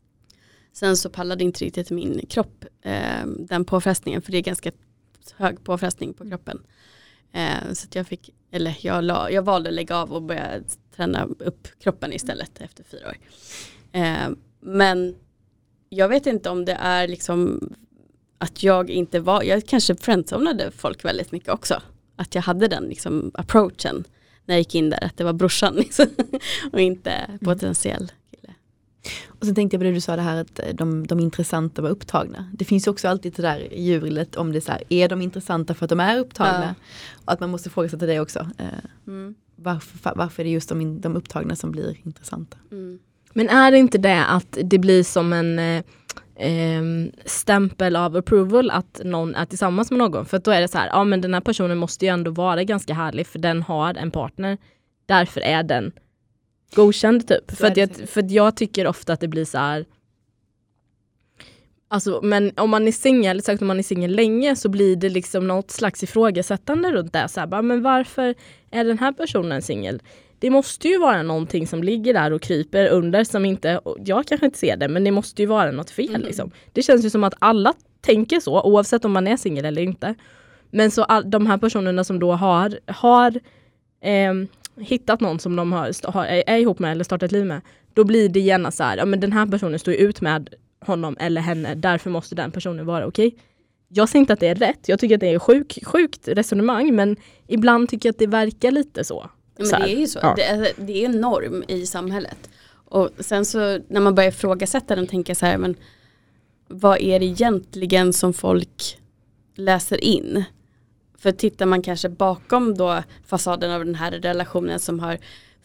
Sen så pallade inte riktigt min kropp eh, den påfrestningen, för det är ganska hög påfrestning på kroppen. Eh, så att jag fick, eller jag, la, jag valde att lägga av och börja träna upp kroppen istället efter fyra år. Eh, men jag vet inte om det är liksom att jag inte var, jag kanske friendzonade folk väldigt mycket också. Att jag hade den liksom approachen när jag gick in där, att det var brorsan liksom, och inte potentiell kille. Och sen tänkte jag på det du sa det här att de, de intressanta var upptagna. Det finns också alltid det där djurlet om det så här, är de intressanta för att de är upptagna? Ja. Och att man måste fråga sig till det också. Mm. Varför, varför är det just de, de upptagna som blir intressanta? Mm. Men är det inte det att det blir som en eh, stämpel av approval att någon är tillsammans med någon? För då är det så här, ja men den här personen måste ju ändå vara ganska härlig för den har en partner. Därför är den godkänd typ. För att, jag, för att jag tycker ofta att det blir så här. Alltså, men om man är singel, sagt om man är singel länge så blir det liksom något slags ifrågasättande runt det. Så här, bara, men varför är den här personen singel? Det måste ju vara någonting som ligger där och kryper under som inte, jag kanske inte ser det, men det måste ju vara något fel mm. liksom. Det känns ju som att alla tänker så, oavsett om man är singel eller inte. Men så all, de här personerna som då har, har eh, hittat någon som de har, har, är ihop med eller startat ett liv med, då blir det gärna så här, ja men den här personen står ut med honom eller henne, därför måste den personen vara okej. Okay? Jag säger inte att det är rätt, jag tycker att det är sjuk, sjukt resonemang, men ibland tycker jag att det verkar lite så. Men så det är ju så, ja. det, är, det är en norm i samhället. Och sen så när man börjar ifrågasätta den, tänker jag så här, men vad är det egentligen som folk läser in? För tittar man kanske bakom då fasaden av den här relationen som har,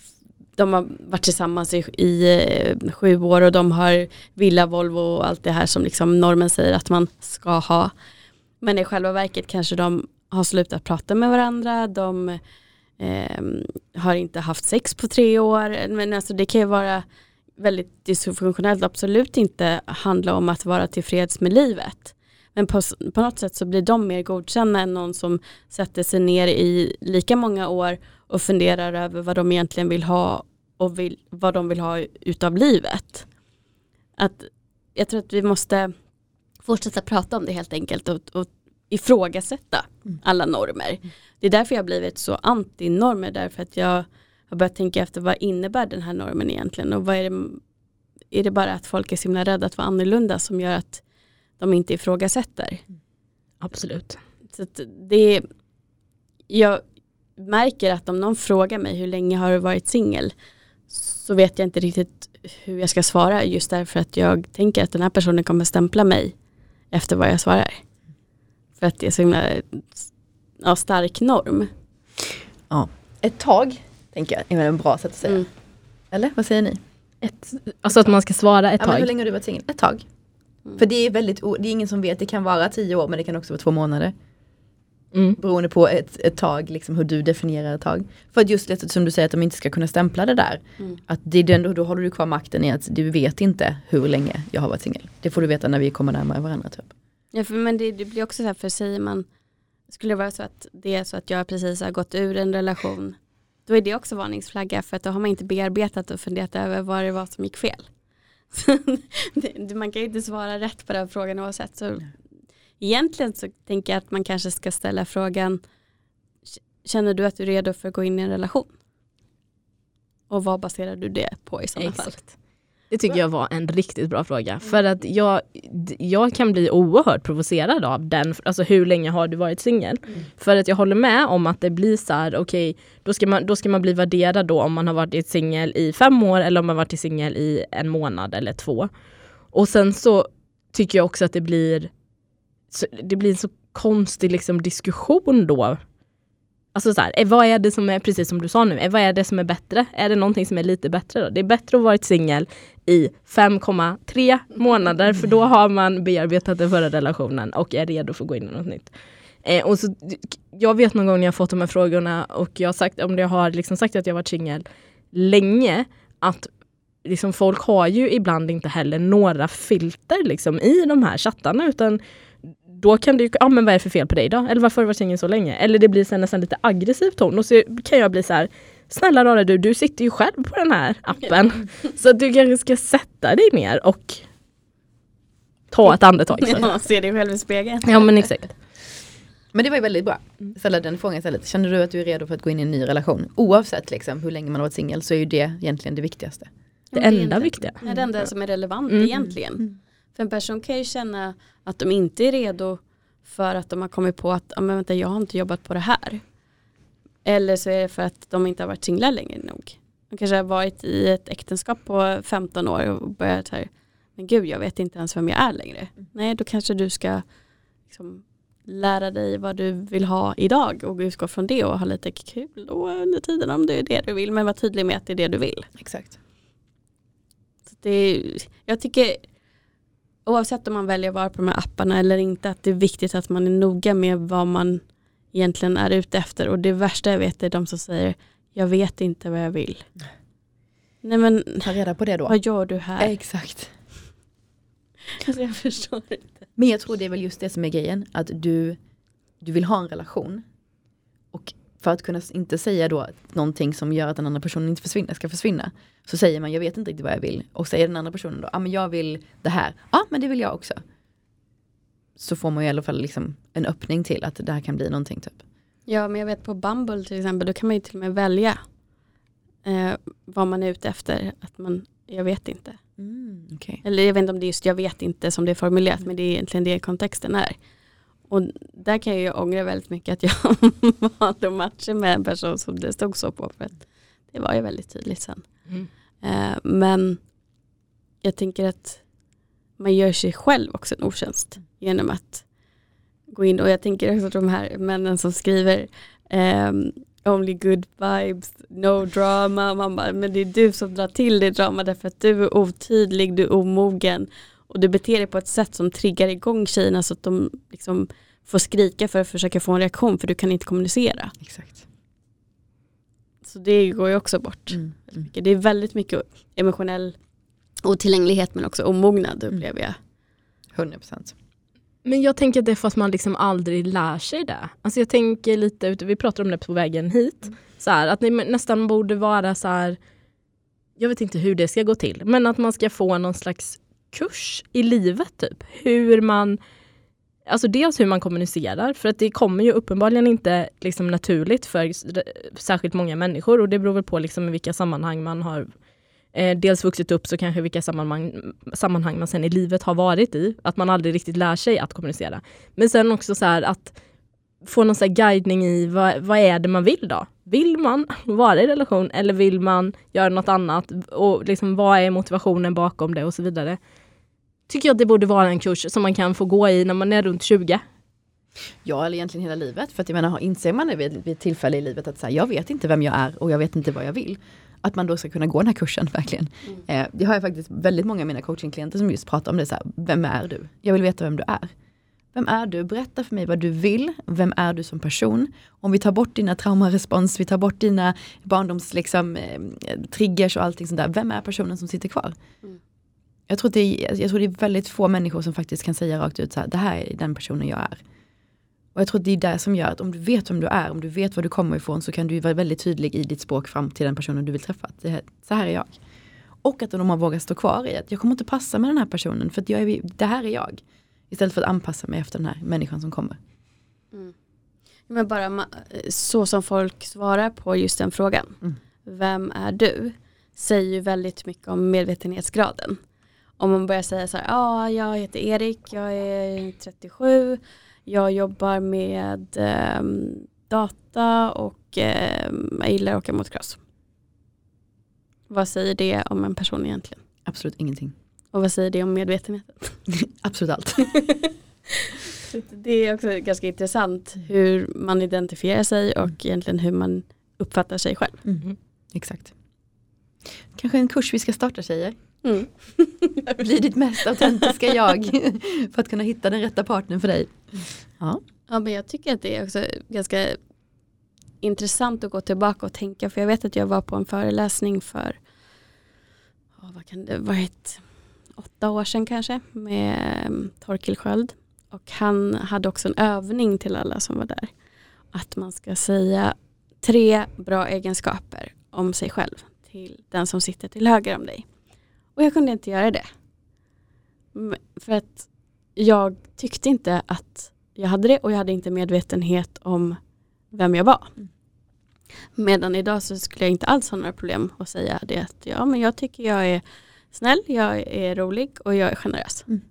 de har varit tillsammans i, i sju år och de har villa, Volvo och allt det här som liksom normen säger att man ska ha. Men i själva verket kanske de har slutat prata med varandra, de eh, har inte haft sex på tre år. Men alltså det kan ju vara väldigt dysfunktionellt, absolut inte handla om att vara tillfreds med livet. Men på, på något sätt så blir de mer godkända än någon som sätter sig ner i lika många år och funderar över vad de egentligen vill ha och vill, vad de vill ha utav livet. Att, jag tror att vi måste fortsätta prata om det helt enkelt och, och ifrågasätta mm. alla normer. Mm. Det är därför jag har blivit så anti-normer, därför att jag har börjat tänka efter vad innebär den här normen egentligen och vad är det, är det bara att folk är så himla rädda att vara annorlunda som gör att de inte ifrågasätter. Absolut. Så att det, jag märker att om någon frågar mig hur länge har du varit singel, så vet jag inte riktigt hur jag ska svara, just därför att jag tänker att den här personen kommer stämpla mig efter vad jag svarar. För att det är så himla ja, stark norm. Ja. Ett tag, tänker jag, är en bra sätt att säga. Mm. Eller, vad säger ni? Ett, alltså att man ska svara ett ja, tag. Men hur länge har du varit singel? Ett tag. Mm. För det är väldigt, det är ingen som vet, det kan vara tio år men det kan också vara två månader. Mm. Beroende på ett, ett tag, liksom hur du definierar ett tag. För att just det som du säger att de inte ska kunna stämpla det där. Mm. Att det är den, då håller du kvar makten i att du vet inte hur länge jag har varit singel. Det får du veta när vi kommer närmare varandra typ. Ja, för, men det, det blir också så här, för säger man, skulle det vara så att det är så att jag precis har gått ur en relation, då är det också varningsflagga, för att då har man inte bearbetat och funderat över vad det var som gick fel. Man kan ju inte svara rätt på den frågan oavsett. Så egentligen så tänker jag att man kanske ska ställa frågan, känner du att du är redo för att gå in i en relation? Och vad baserar du det på i sådana fall? Det tycker jag var en riktigt bra fråga. För att jag, jag kan bli oerhört provocerad av den. Alltså hur länge har du varit singel? Mm. För att jag håller med om att det blir så här, okej, okay, då, ska man, då ska man bli värderad då om man har varit singel i fem år eller om man har varit singel i en månad eller två. Och sen så tycker jag också att det blir, det blir en så konstig liksom, diskussion då. Alltså så här, vad är det som är, precis som du sa nu, vad är det som är bättre? Är det någonting som är lite bättre då? Det är bättre att vara singel i fem komma tre månader, för då har man bearbetat den förra relationen och är redo för att gå in i något nytt. Eh, och så, jag vet någon gång när jag har fått de här frågorna och jag har sagt, om jag har liksom sagt att jag har varit singel länge, att liksom folk har ju ibland inte heller några filter liksom, i de här chattarna, utan då kan det ju, ja men vad är det för fel på dig då? Eller varför har du varit singel så länge? Eller det blir så nästan lite aggressiv ton. Och så kan jag bli så här, snälla rara du, du sitter ju själv på den här appen. Så att du kanske ska sätta dig ner och ta ett andetag. Ja, se dig själv i spegeln. Ja men exakt. Men det var ju väldigt bra. Ställa den frågan istället. Känner du att du är redo för att gå in i en ny relation? Oavsett liksom, hur länge man har varit singel, så är ju det egentligen det viktigaste. Det ja, enda viktiga. Det enda som är relevant mm. egentligen. Mm. För en person kan ju känna att de inte är redo för att de har kommit på att men vänta, jag har inte jobbat på det här. Eller så är det för att de inte har varit singlar längre nog. De kanske har varit i ett äktenskap på femton år och börjat här, men gud, jag vet inte ens vem jag är längre. Mm. Nej, då kanske du ska liksom lära dig vad du vill ha idag och utgå från det och ha lite kul och under tiden om det är det du vill, men var tydlig med att det är det du vill. Exakt. Så det är, jag tycker oavsett om man väljer att vara på de här apparna eller inte, att det är viktigt att man är noga med vad man egentligen är ute efter. Och det värsta jag vet är de som säger, jag vet inte vad jag vill. Nej men, ta reda på det då. Vad gör du här? Exakt. Alltså jag förstår inte. Men jag tror det är väl just det som är grejen. Att du, du vill ha en relation. Och för att kunna inte säga då någonting som gör att den andra personen inte försvinner, ska försvinna. Så säger man, jag vet inte riktigt vad jag vill. Och säger den andra personen då, ja ah, men jag vill det här. Ja ah, men det vill jag också. Så får man i alla fall liksom en öppning till att det här kan bli någonting typ. Ja men jag vet på Bumble till exempel, då kan man ju till och med välja. eh, vad man är ute efter. Att man, jag vet inte. Mm, okay. Eller jag vet inte om det är just jag vet inte som det är formulerat, mm. men det är egentligen det kontexten är. Och där kan jag ju ångra väldigt mycket att jag valde att matcha med en person som det stod så på. För att det var ju väldigt tydligt sen. Mm. Eh, men jag tänker att man gör sig själv också en otjänst genom att gå in. Och jag tänker också att de här männen som skriver um, only good vibes, no drama. Man bara, men det är du som drar till det drama därför att du är otydlig, du är omogen. Och du beter dig på ett sätt som triggar igång tjejerna så att de liksom får skrika för att försöka få en reaktion för du kan inte kommunicera. Exakt. Så det går ju också bort. Mm. Mm. Det är väldigt mycket emotionell otillgänglighet men också omognad upplever jag. hundra procent. Men jag tänker att det är för att man liksom aldrig lär sig det. Alltså jag tänker lite, vi pratar om det på vägen hit. Mm. Så här, att det nästan borde vara så här, jag vet inte hur det ska gå till. Men att man ska få någon slags kurs i livet typ. Hur man, alltså dels hur man kommunicerar. För att det kommer ju uppenbarligen inte liksom naturligt för särskilt många människor. Och det beror väl på liksom i vilka sammanhang man har eh, dels vuxit upp så kanske vilka sammanhang, sammanhang man sen i livet har varit i. Att man aldrig riktigt lär sig att kommunicera. Men sen också så här att få någon så här guidning i vad, vad är det man vill då? Vill man vara i relation eller vill man göra något annat? Och liksom vad är motivationen bakom det och så vidare. Tycker jag att det borde vara en kurs som man kan få gå i när man är runt tjugo. Ja, eller egentligen hela livet. För att jag menar, inser man vid, vid ett tillfälle i livet att så här, jag vet inte vem jag är och jag vet inte vad jag vill. Att man då ska kunna gå den här kursen, verkligen. Mm. Eh, det har jag faktiskt väldigt många av mina coachingklienter som just pratar om det så här, vem är du? Jag vill veta vem du är. Vem är du? Berätta för mig vad du vill. Vem är du som person? Om vi tar bort dina traumarespons, vi tar bort dina barndoms liksom, eh, triggers och allting sånt där. Vem är personen som sitter kvar? Mm. Jag tror, att det är, jag tror det är väldigt få människor som faktiskt kan säga rakt ut så här, det här är den personen jag är. Och jag tror att det är det som gör att om du vet vem du är, om du vet var du kommer ifrån så kan du vara väldigt tydlig i ditt språk fram till den personen du vill träffa. Det här, så här är jag. Och att om man vågar stå kvar i att jag kommer inte passa med den här personen för att jag är, det här är jag. Istället för att anpassa mig efter den här människan som kommer. Mm. Men bara så som folk svarar på just den frågan. Mm. Vem är du? Säger ju väldigt mycket om medvetenhetsgraden. Om man börjar säga så här, ja, ah, jag heter Erik, jag är trettiosju, jag jobbar med eh, data och eh, jag gillar att åka motocross. Vad säger det om en person egentligen? Absolut ingenting. Och vad säger det om medvetenheten? Absolut allt. Det är också ganska intressant hur man identifierar sig och egentligen hur man uppfattar sig själv. Mm. Exakt. Kanske en kurs vi ska starta, tjejer. Mm. Bli ditt mest autentiska jag för att kunna hitta den rätta partnern för dig. Ja. Ja, men jag tycker att det är också ganska intressant att gå tillbaka och tänka. För jag vet att jag var på en föreläsning för oh, vad kan det vara, ett, åtta år sedan kanske med um, Torkel Sköld. Och han hade också en övning till alla som var där. Att man ska säga tre bra egenskaper om sig själv till den som sitter till höger om dig. Och jag kunde inte göra det. För att jag tyckte inte att jag hade det och jag hade inte medvetenhet om vem jag var. Mm. Medan idag så skulle jag inte alls ha några problem att säga det. Att ja, men jag tycker jag är snäll, jag är rolig och jag är generös. Mm.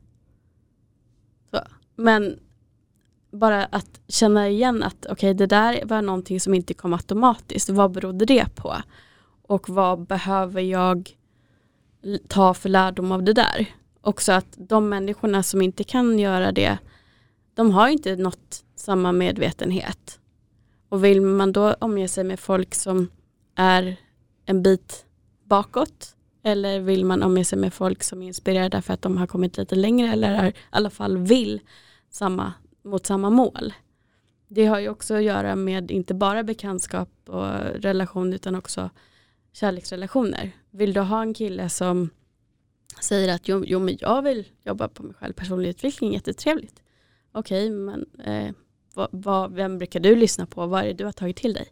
Så. Men bara att känna igen att okej, okay, det där var någonting som inte kom automatiskt. Vad berodde det på? Och vad behöver jag ta för lärdom av det där? Också att de människorna som inte kan göra det, de har inte nått samma medvetenhet. Och vill man då omge sig med folk som är en bit bakåt? Eller vill man omge sig med folk som är inspirerade för att de har kommit lite längre eller är, i alla fall vill samma, mot samma mål? Det har ju också att göra med inte bara bekantskap och relation utan också kärleksrelationer. Vill du ha en kille som säger att jo, jo men jag vill jobba på mig själv, personlig utveckling, jättetrevligt. Okej, men eh, vad, vad, vem brukar du lyssna på? Vad är det du har tagit till dig?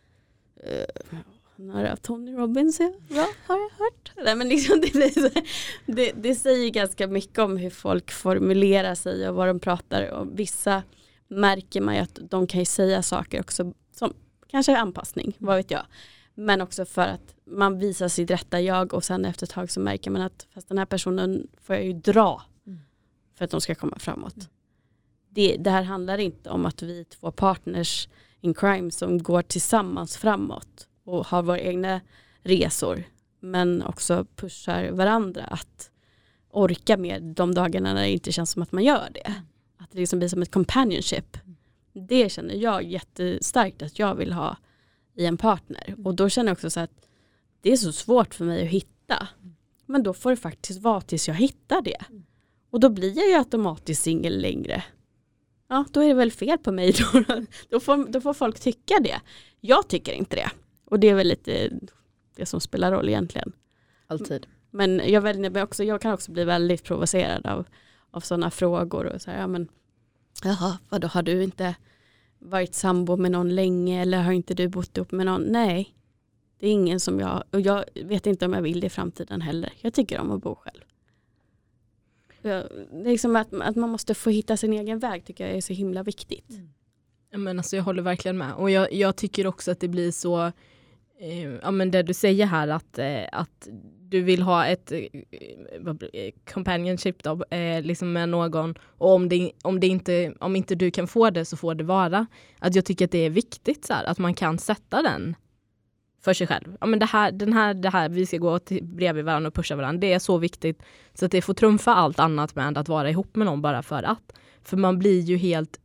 Uh, några av Tony Robbins, ja, ja, har jag hört. Nej, men liksom det, blir, det, det säger ganska mycket om hur folk formulerar sig och vad de pratar. Och vissa märker man ju att de kan ju säga saker också som kanske är anpassning, vad vet jag. Men också för att man visar sitt rätta jag och sen efter ett tag så märker man att fast den här personen får jag ju dra mm. för att de ska komma framåt. Mm. Det, det här handlar inte om att vi två partners in crime som går tillsammans framåt och har våra egna resor men också pushar varandra att orka med de dagarna när det inte känns som att man gör det. Att det liksom blir som ett companionship. Det känner jag jättestarkt att jag vill ha i en partner. Och då känner jag också så att det är så svårt för mig att hitta. Men då får det faktiskt vara tills jag hittar det. Och då blir jag ju automatiskt singel längre. Ja, då är det väl fel på mig. Då, då, får, då får folk tycka det. Jag tycker inte det. Och det är väl lite det som spelar roll egentligen. Alltid. Men jag, väljer, också, jag kan också bli väldigt provocerad av, av sådana frågor. Och så här, ja, men, jaha, vadå, har du inte varit sambo med någon länge eller har inte du bott upp med någon? Nej, det är ingen som jag, och jag vet inte om jag vill det i framtiden heller. Jag tycker om att bo själv. Jag, det är liksom att, att man måste få hitta sin egen väg tycker jag är så himla viktigt. Mm. Men alltså, jag håller verkligen med. Och jag, jag tycker också att det blir så, eh, ja, men det du säger här att, eh, att du vill ha ett eh, companionship då, eh, liksom med någon och om, det, om, det inte, om inte du kan få det så får det vara. Att jag tycker att det är viktigt så här, att man kan sätta den för sig själv. Ja, men det här, den här, det här, vi ska gå till, bredvid varandra och pusha varandra. Det är så viktigt så att det får trumfa allt annat med att vara ihop med någon bara för att. För man blir ju helt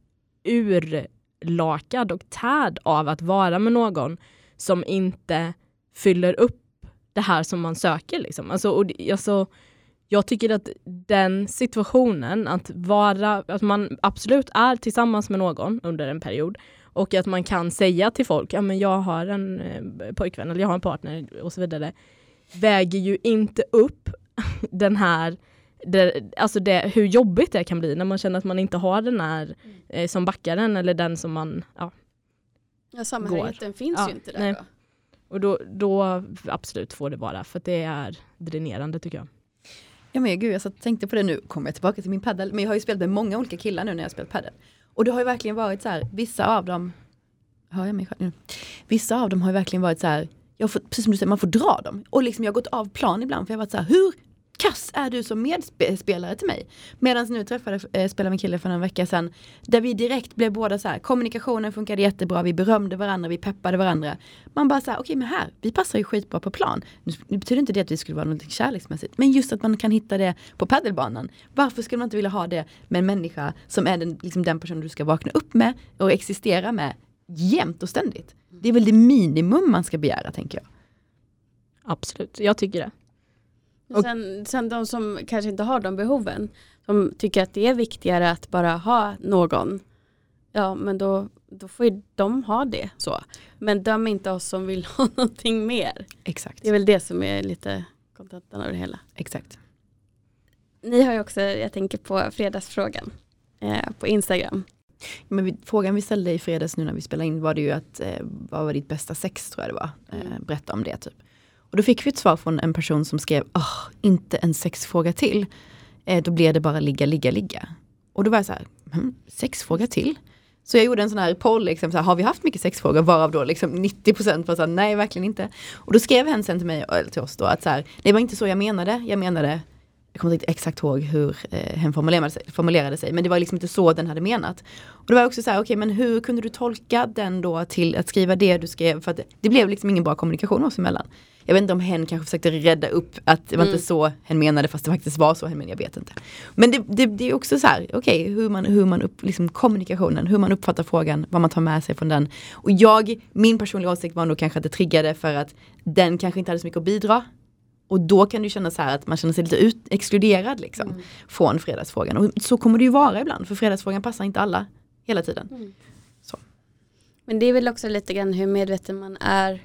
urlakad och tärd av att vara med någon som inte fyller upp det här som man söker. Liksom. Alltså, och, alltså, jag tycker att den situationen, att, vara, att man absolut är tillsammans med någon under en period och att man kan säga till folk, ja men jag har en eh, pojkvän eller jag har en partner och så vidare, väger ju inte upp den här, det, alltså det, hur jobbigt det kan bli när man känner att man inte har den här eh, som backaren eller den som man ja, ja, samhörigheten finns ja, ju inte där nej. då. Och då, då absolut får det vara, för det är dränerande tycker jag. Ja men gud, jag satt, tänkte på det nu, kommer jag tillbaka till min paddel, men jag har ju spelat med många olika killar nu när jag har spelat paddel. Och det har ju verkligen varit så här, vissa av dem, hör jag mig själv nu? Vissa av dem har ju verkligen varit så här, jag får, precis som du säger, man får dra dem. Och liksom jag har gått av plan ibland, för jag har varit så här, hur kass är du som medspelare till mig? Medan nu träffade, äh, spelade med en kille för en vecka sedan, där vi direkt blev båda så här, kommunikationen funkade jättebra, vi berömde varandra, vi peppade varandra. Man bara så här, okej okay, men här, vi passar ju skitbra på plan. Nu, nu betyder inte det att vi skulle vara något kärleksmässigt, men just att man kan hitta det på paddelbanan. Varför skulle man inte vilja ha det med en människa som är den, liksom den personen du ska vakna upp med och existera med jämt och ständigt? Det är väl det minimum man ska begära, tänker jag. Absolut, jag tycker det. Och sen, sen de som kanske inte har de behoven, som tycker att det är viktigare att bara ha någon, ja men då, då får ju de ha det så. Men döm inte oss som vill ha någonting mer. Exakt. Det är väl det som är lite kontentan av det hela. Exakt. Ni har ju också, jag tänker på fredagsfrågan eh, på Instagram. Men vi, frågan vi ställde i fredags nu när vi spelade in var det ju att, eh, vad var ditt bästa sex tror jag det var. Eh, berätta om det typ. Och då fick vi ett svar från en person som skrev, oh, inte en sexfråga till. Eh, då blir det bara ligga, ligga, ligga. Och då var jag så här, hm, sexfråga till? Så jag gjorde en sån här poll, liksom, så här, har vi haft mycket sexfrågor? Varav då liksom nittio procent var så här, nej verkligen inte. Och då skrev hen sen till mig, eller till oss då, att så här, det var inte så jag menade. Jag menade, jag kommer inte exakt ihåg hur eh, hen formulerade sig, formulerade sig. Men det var liksom inte så den hade menat. Och det var också så här, okej okay, men hur kunde du tolka den då till att skriva det du skrev? För att det, det blev liksom ingen bra kommunikation oss emellan. Jag vet inte om hen kanske försökte rädda upp att det var mm. inte så hen menade, fast det faktiskt var så hen menade, jag vet inte. Men det, det, det är också så här, okej, okay, hur man, hur man upp, liksom kommunikationen, hur man uppfattar frågan, vad man tar med sig från den. Och jag, min personliga åsikt var nog kanske att det triggade för att den kanske inte hade så mycket att bidra. Och då kan du känna så här att man känner sig lite ut, exkluderad liksom, mm. från fredagsfrågan. Och så kommer det ju vara ibland, för fredagsfrågan passar inte alla hela tiden. Mm. Så. Men det är väl också lite grann hur medveten man är.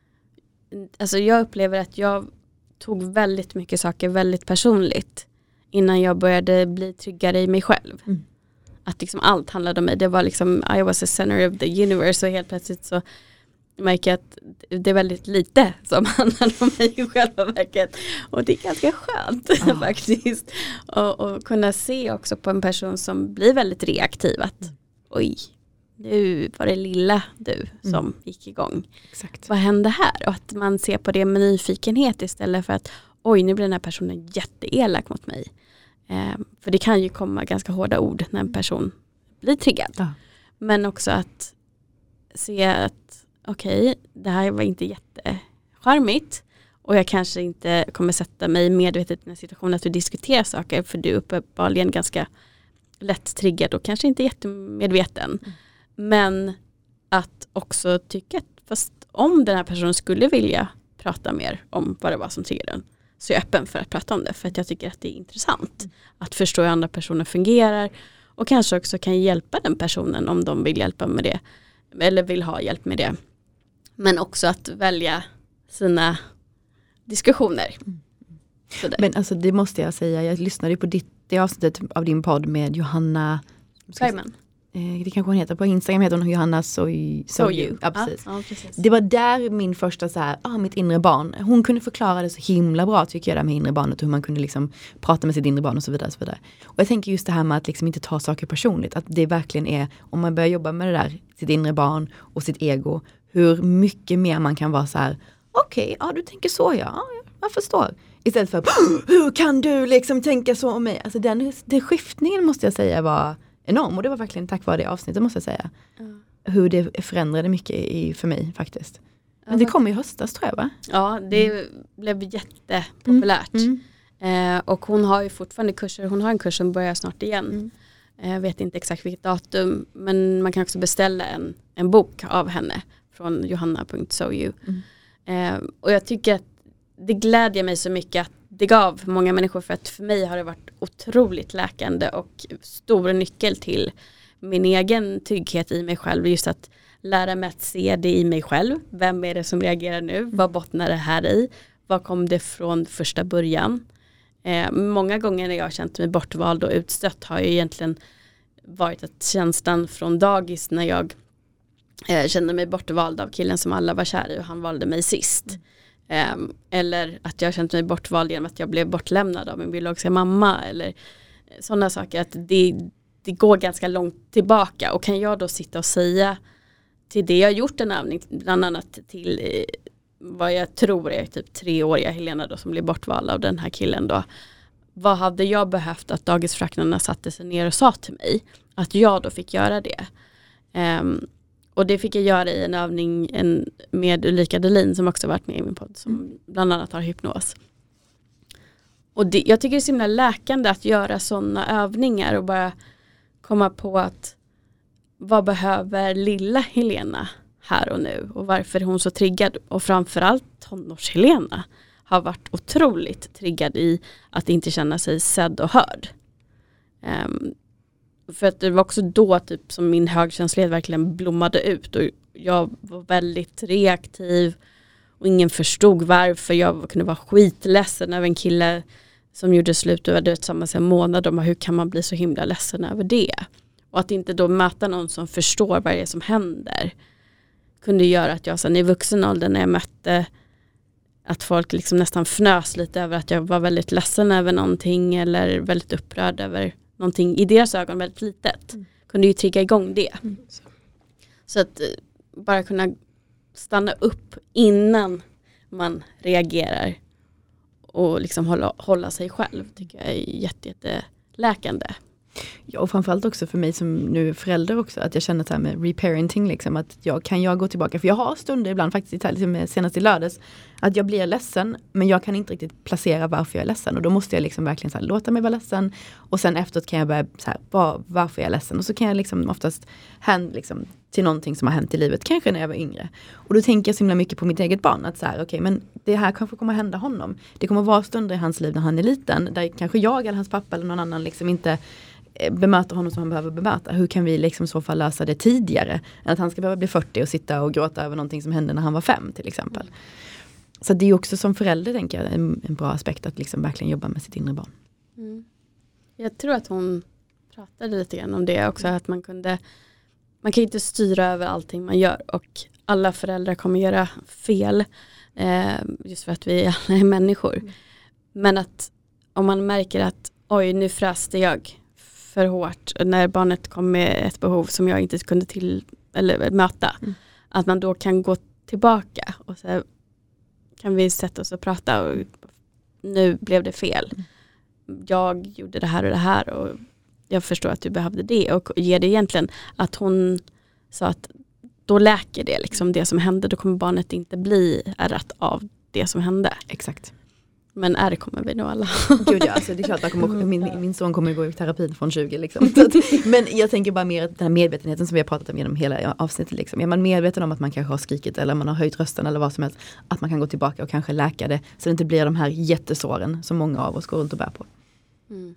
Alltså jag upplever att jag tog väldigt mycket saker väldigt personligt innan jag började bli tryggare i mig själv. Mm. Att liksom allt handlade om mig. Det var liksom I was the center of the universe, och helt plötsligt så märker jag att det är väldigt lite som handlar om mig i själva verket. Och det är ganska skönt oh. faktiskt. Och, och kunna se också på en person som blir väldigt reaktiv att mm. oj, nu var det lilla du som Mm. gick igång. Exakt. Vad hände här? Och att man ser på det med nyfikenhet istället för att oj, nu blir den här personen jätteelak mot mig. Eh, för det kan ju komma ganska hårda ord när en person blir triggad. Ja. Men också att se att okej, okay, det här var inte jättecharmigt. Och jag kanske inte kommer sätta mig medvetet i den här situationen att du diskuterar saker. För du är uppenbarligen ganska lätt triggad och kanske inte jättemedveten. Mm. Men att också tycka att fast om den här personen skulle vilja prata mer om vad det var som triggade den, så är jag öppen för att prata om det. För att jag tycker att det är intressant mm. att förstå hur andra personer fungerar. Och kanske också kan hjälpa den personen om de vill hjälpa med det. Eller vill ha hjälp med det. Men också att välja sina diskussioner. Mm. Men alltså det måste jag säga. Jag lyssnade på ditt, det avsnittet av din podd med Johanna Bergman. Det kanske hon heter. På Instagram heter hon Johanna Soy, So, so You. Ja, precis. Ja, precis. Det var där min första så här, ah, mitt inre barn. Hon kunde förklara det så himla bra tycker jag, det med inre barnet. Hur man kunde liksom prata med sitt inre barn och så vidare. Och, så vidare. Och jag tänker just det här med att liksom inte ta saker personligt. Att det verkligen är, om man börjar jobba med det där, sitt inre barn och sitt ego. Hur mycket mer man kan vara så här, okej, okay, ja du tänker så ja, ja, jag förstår. Istället för, hur kan du liksom tänka så om mig? Alltså den, den skiftningen måste jag säga var enorm. Och det var verkligen tack vare det avsnittet måste jag säga. Mm. Hur det förändrade mycket i, för mig faktiskt. Men ja, det kom i höstas tror jag va? Ja, det mm. blev jättepopulärt. Mm. Mm. Eh, och hon har ju fortfarande kurser. Hon har en kurs som börjar snart igen. Mm. Jag eh, vet inte exakt vilket datum. Men man kan också beställa en, en bok av henne. Från johanna punkt so you. Mm. Eh, och jag tycker att det glädjer mig så mycket att det gav många människor, för att för mig har det varit otroligt läkande och stor nyckel till min egen trygghet i mig själv. Just att lära mig att se det i mig själv. Vem är det som reagerar nu? Vad bottnar det här i? Vad kom det från första början? Eh, många gånger när jag har känt mig bortvald och utstött har ju egentligen varit att känslan från dagis när jag eh, kände mig bortvald av killen som alla var kär i och han valde mig sist. Mm. Um, eller att jag känt mig bortvald genom att jag blev bortlämnad av min biologiska mamma eller sådana saker, att det, det går ganska långt tillbaka. Och kan jag då sitta och säga till det jag gjort en övning, bland annat till eh, vad jag tror är typ treåriga Helena då, som blev bortvald av den här killen då, vad hade jag behövt att dagisfraktorerna satte sig ner och sa till mig att jag då fick göra det. um, Och det fick jag göra i en övning en, med Ulrika Delin som också varit med i min podd, som bland annat har hypnos. Och det, jag tycker det är så himla läkande att göra sådana övningar och bara komma på att vad behöver lilla Helena här och nu och varför är hon så triggad. Och framförallt tonårs Helena har varit otroligt triggad i att inte känna sig sedd och hörd. Um, För att det var också då typ som min högkänslighet verkligen blommade ut. Och jag var väldigt reaktiv. Och ingen förstod varför. Jag kunde vara skitledsen över en kille som gjorde slut och hade tillsammans en månad. Och hur kan man bli så himla ledsen över det? Och att inte då möta någon som förstår vad det är som händer. Kunde göra att jag sen i vuxen ålder när jag mötte att folk liksom nästan fnös lite över att jag var väldigt ledsen över någonting. Eller väldigt upprörd över någonting i deras ögon väldigt litet. Mm. Kunde ju trigga igång det. Mm. Så. så att bara kunna stanna upp innan man reagerar och liksom hålla, hålla sig själv tycker jag är jätte, jätte läkande. Ja, och framförallt också för mig som nu är förälder också, att jag känner så här med reparenting liksom, att jag, kan jag gå tillbaka, för jag har stunder ibland faktiskt, liksom senast i lördags, att jag blir ledsen, men jag kan inte riktigt placera varför jag är ledsen, och då måste jag liksom verkligen så här, låta mig vara ledsen, och sen efteråt kan jag börja så här, var, varför jag är ledsen, och så kan jag liksom oftast hända liksom, till någonting som har hänt i livet, kanske när jag var yngre, och då tänker jag så himla mycket på mitt eget barn, att så här, okej, okay, men det här kanske kommer hända honom, det kommer vara stunder i hans liv när han är liten, där kanske jag eller hans pappa eller någon annan liksom inte bemöter honom som han behöver bemöta. Hur kan vi liksom i så fall lösa det tidigare än att han ska behöva bli fyrtio och sitta och gråta över någonting som hände när han var fem till exempel. Mm. Så det är också som förälder tänker jag en, en bra aspekt att liksom verkligen jobba med sitt inre barn. Mm. Jag tror att hon pratade lite grann om det också, att man kunde man kan inte styra över allting man gör, och alla föräldrar kommer göra fel eh, just för att vi alla är människor. Mm. Men att om man märker att oj, nu fräste jag för hårt när barnet kom med ett behov som jag inte kunde till eller möta. Mm. Att man då kan gå tillbaka och så kan vi sätta oss och prata och nu blev det fel. Mm. Jag gjorde det här och det här och jag förstår att du behövde det och ge det egentligen att hon sa att då läker det liksom det som hände, då kommer barnet inte bli ärrat av det som hände. Exakt. Men är det kommer vi nog alla. Gud ja, alltså det är klart att kommer, min, min son kommer gå i terapin från tjugo liksom. Så att, men jag tänker bara mer att den här medvetenheten som vi har pratat om genom hela avsnittet liksom. Är man medveten om att man kanske har skrikit eller man har höjt rösten eller vad som helst, att man kan gå tillbaka och kanske läka det så det inte blir de här jättesåren som många av oss går runt och bär på. Mm.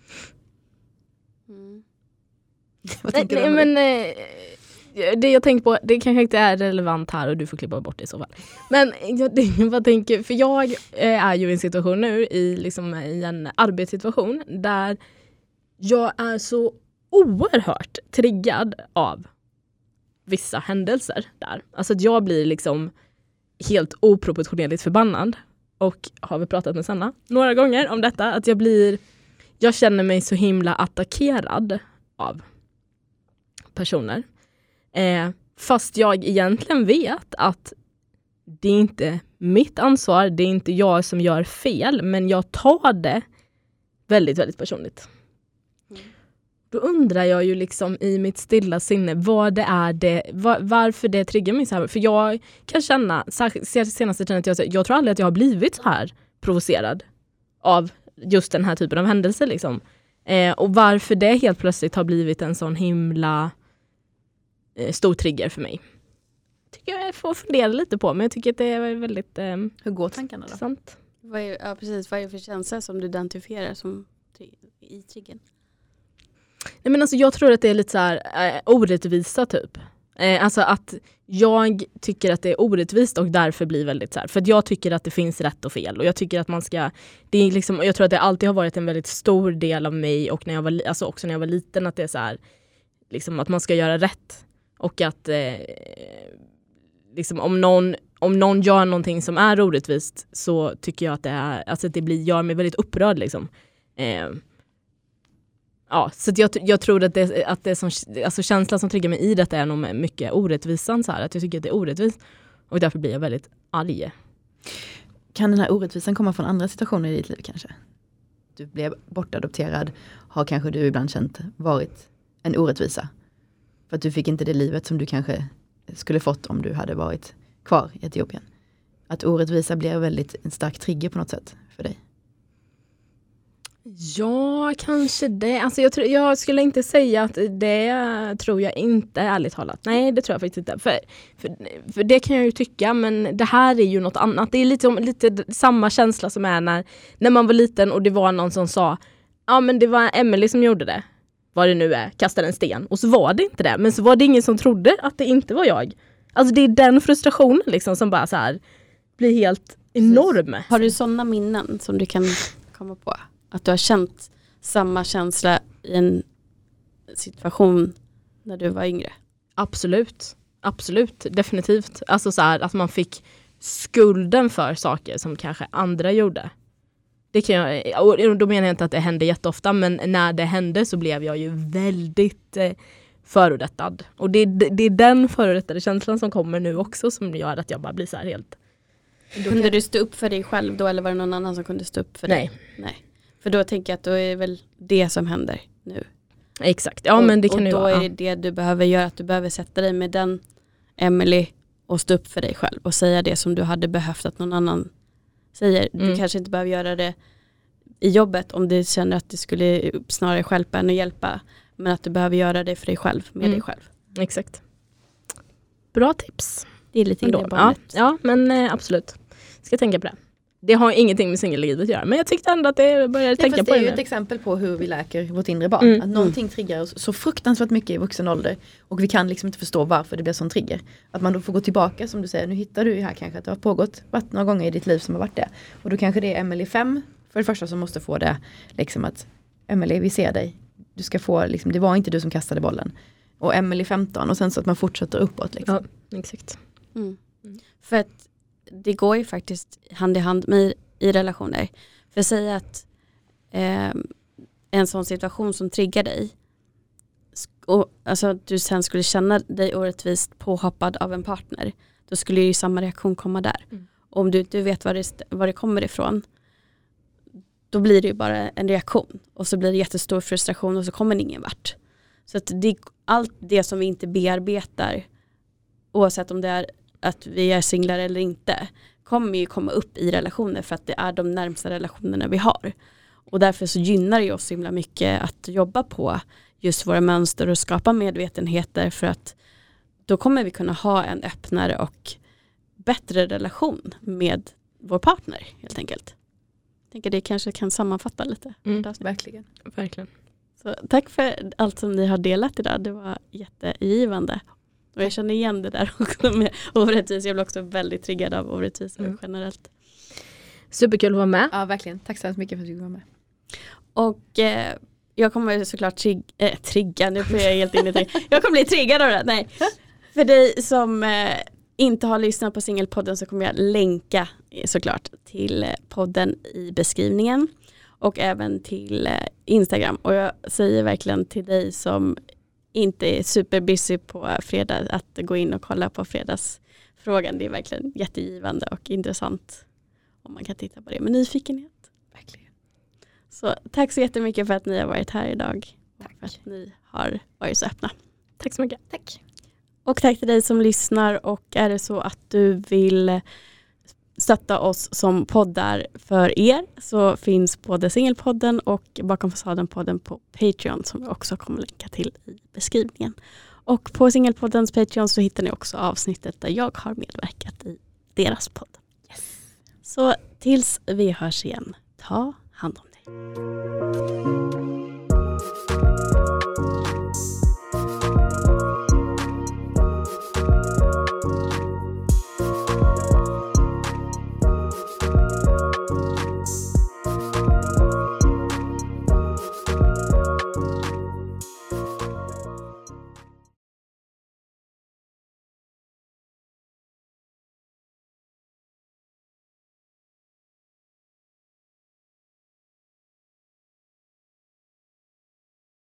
Mm. Vad tänker nej, du om nej, det? Men, eh, det jag tänker på, det kanske inte är relevant här och du får klippa bort det i så fall. Men jag, det, jag tänker, för jag eh, är ju i en situation nu i, liksom, i en arbetssituation där jag är så oerhört triggad av vissa händelser där. Alltså att jag blir liksom helt oproportionerligt förbannad och har vi pratat med Sanna några gånger om detta, att jag blir jag känner mig så himla attackerad av personer. Eh, fast jag egentligen vet att det är inte mitt ansvar, det är inte jag som gör fel, men jag tar det väldigt, väldigt personligt. Mm. Då undrar jag ju liksom i mitt stilla sinne vad det är det, var, varför det triggar mig så här. För jag kan känna, särskilt senaste tiden, att jag, jag tror aldrig att jag har blivit så här provocerad av just den här typen av händelser liksom. Eh, och varför det helt plötsligt har blivit en sån himla eh, stor trigger för mig. Tycker jag får fundera lite på, men jag tycker att det är väldigt eh, hur går tankarna då? Sant. Vad är, ja, precis. Vad är det för känsla som du identifierar som i triggern? Nej, men alltså jag tror att det är lite så här eh, orättvisa typ. Eh, alltså att jag tycker att det är orättvist och därför blir väldigt så här. För att jag tycker att det finns rätt och fel. Och jag tycker att man ska, det är liksom, jag tror att det alltid har varit en väldigt stor del av mig och när jag var, alltså också när jag var liten, att det är så här, liksom att man ska göra rätt. Och att eh, liksom om någon, om någon gör någonting som är orättvist så tycker jag att det är, alltså att det blir, gör mig väldigt upprörd liksom. Eh, Ja, så jag, jag tror att det, att det som, alltså känslan som triggar mig i detta är nog mycket orättvisan så här, att jag tycker att det är orättvist och därför blir jag väldigt arg. Kan den här orättvisan komma från andra situationer i ditt liv kanske? Du blev bortadopterad, har kanske du ibland känt varit en orättvisa för att du fick inte det livet som du kanske skulle fått om du hade varit kvar i Etiopien. Att orättvisa blir väldigt en stark trigger på något sätt för dig. Ja, kanske det. Alltså jag, tror, jag skulle inte säga att det tror jag inte, ärligt talat. Nej, det tror jag faktiskt inte. För, för, för det kan jag ju tycka, men det här är ju något annat. Det är lite, lite samma känsla som är när, när man var liten och det var någon som sa ja, men det var Emily som gjorde det. Vad det nu är, kastade en sten. Och så var det inte det. Men så var det ingen som trodde att det inte var jag. Alltså det är den frustrationen liksom som bara så här blir helt enorm. Har du sådana minnen som du kan komma på? Att du har känt samma känsla i en situation när du var yngre? Absolut. Absolut. Definitivt. Alltså så här, att man fick skulden för saker som kanske andra gjorde. Det kan jag, och då menar jag inte att det hände jätteofta, men när det hände så blev jag ju väldigt eh, förorättad. Och det, det, det är den förorättade känslan som kommer nu också som gör att jag bara blir så här helt... Kunde kan... du stå upp för dig själv då, eller var det någon annan som kunde stå upp för Nej. dig? Nej. För då tänker jag att då är det väl det som händer nu. Exakt, ja och, men det kan ju vara. Och då är det det du behöver göra, att du behöver sätta dig med den Emily och stå upp för dig själv och säga det som du hade behövt att någon annan säger. Du mm. kanske inte behöver göra det i jobbet om du känner att det skulle snarare hjälpa än att hjälpa. Men att du behöver göra det för dig själv, med mm. dig själv. Exakt. Bra tips. Det är lite inne i barnet. Ja, ja, men eh, absolut. Ska tänka på det. Det har ingenting med singellivet att göra. Men jag tyckte ändå att det började tänka på det. Det är ju ett exempel på hur vi läker vårt inre barn. Mm. Att någonting triggar oss så fruktansvärt mycket i vuxen ålder. Och vi kan liksom inte förstå varför det blir sån trigger. Att man då får gå tillbaka, som du säger. Nu hittar du ju här kanske att det har pågått varit några gånger i ditt liv som har varit det. Och då kanske det är Emily fem för det första som måste få det. Liksom att Emily, vi ser dig. Du ska få, liksom, det var inte du som kastade bollen. Och Emily femton och sen så att man fortsätter uppåt. Liksom. Ja, exakt. Mm. Mm. För att det går ju faktiskt hand i hand med i relationer. För att säga att eh, en sån situation som triggar dig, och alltså att du sen skulle känna dig orättvist påhoppad av en partner, då skulle ju samma reaktion komma där. Mm. Och om du inte vet var det, var det kommer ifrån, då blir det ju bara en reaktion. Och så blir det jättestor frustration och så kommer ingen vart. Så att det, allt det som vi inte bearbetar, oavsett om det är att vi är singlar eller inte, kommer ju komma upp i relationer för att det är de närmsta relationerna vi har. Och därför så gynnar det oss så himla mycket att jobba på just våra mönster och skapa medvetenheter, för att då kommer vi kunna ha en öppnare och bättre relation med vår partner helt enkelt. Jag tänker det kanske kan sammanfatta lite. Mm, verkligen. Verkligen. Så tack för allt som ni har delat idag. Det var jättegivande. Och jag känner igen det där också med orättvis. Jag blir också väldigt triggad av orättvisor mm. generellt. Superkul att vara med. Ja, verkligen. Tack så hemskt mycket för att du var med. Och eh, jag kommer såklart trig- äh, trigga. Nu får jag helt in i det. Jag kommer bli triggad av det. Nej. För dig som eh, inte har lyssnat på Singelpodden så kommer jag länka såklart till podden i beskrivningen. Och även till eh, Instagram. Och jag säger verkligen till dig som inte är superbusy på fredag att gå in och kolla på fredagsfrågan. Det är verkligen jättegivande och intressant om man kan titta på det med nyfikenhet. Verkligen. Så tack så jättemycket för att ni har varit här idag. Tack. För att ni har varit så öppna. Tack så mycket. Tack. Och tack till dig som lyssnar, och är det så att du vill stötta oss som poddar för er, så finns både Singelpodden och Bakom fasaden-podden på Patreon, som jag också kommer länka till i beskrivningen. Och på Singelpoddens Patreon så hittar ni också avsnittet där jag har medverkat i deras podd. Yes. Så tills vi hörs igen, ta hand om dig.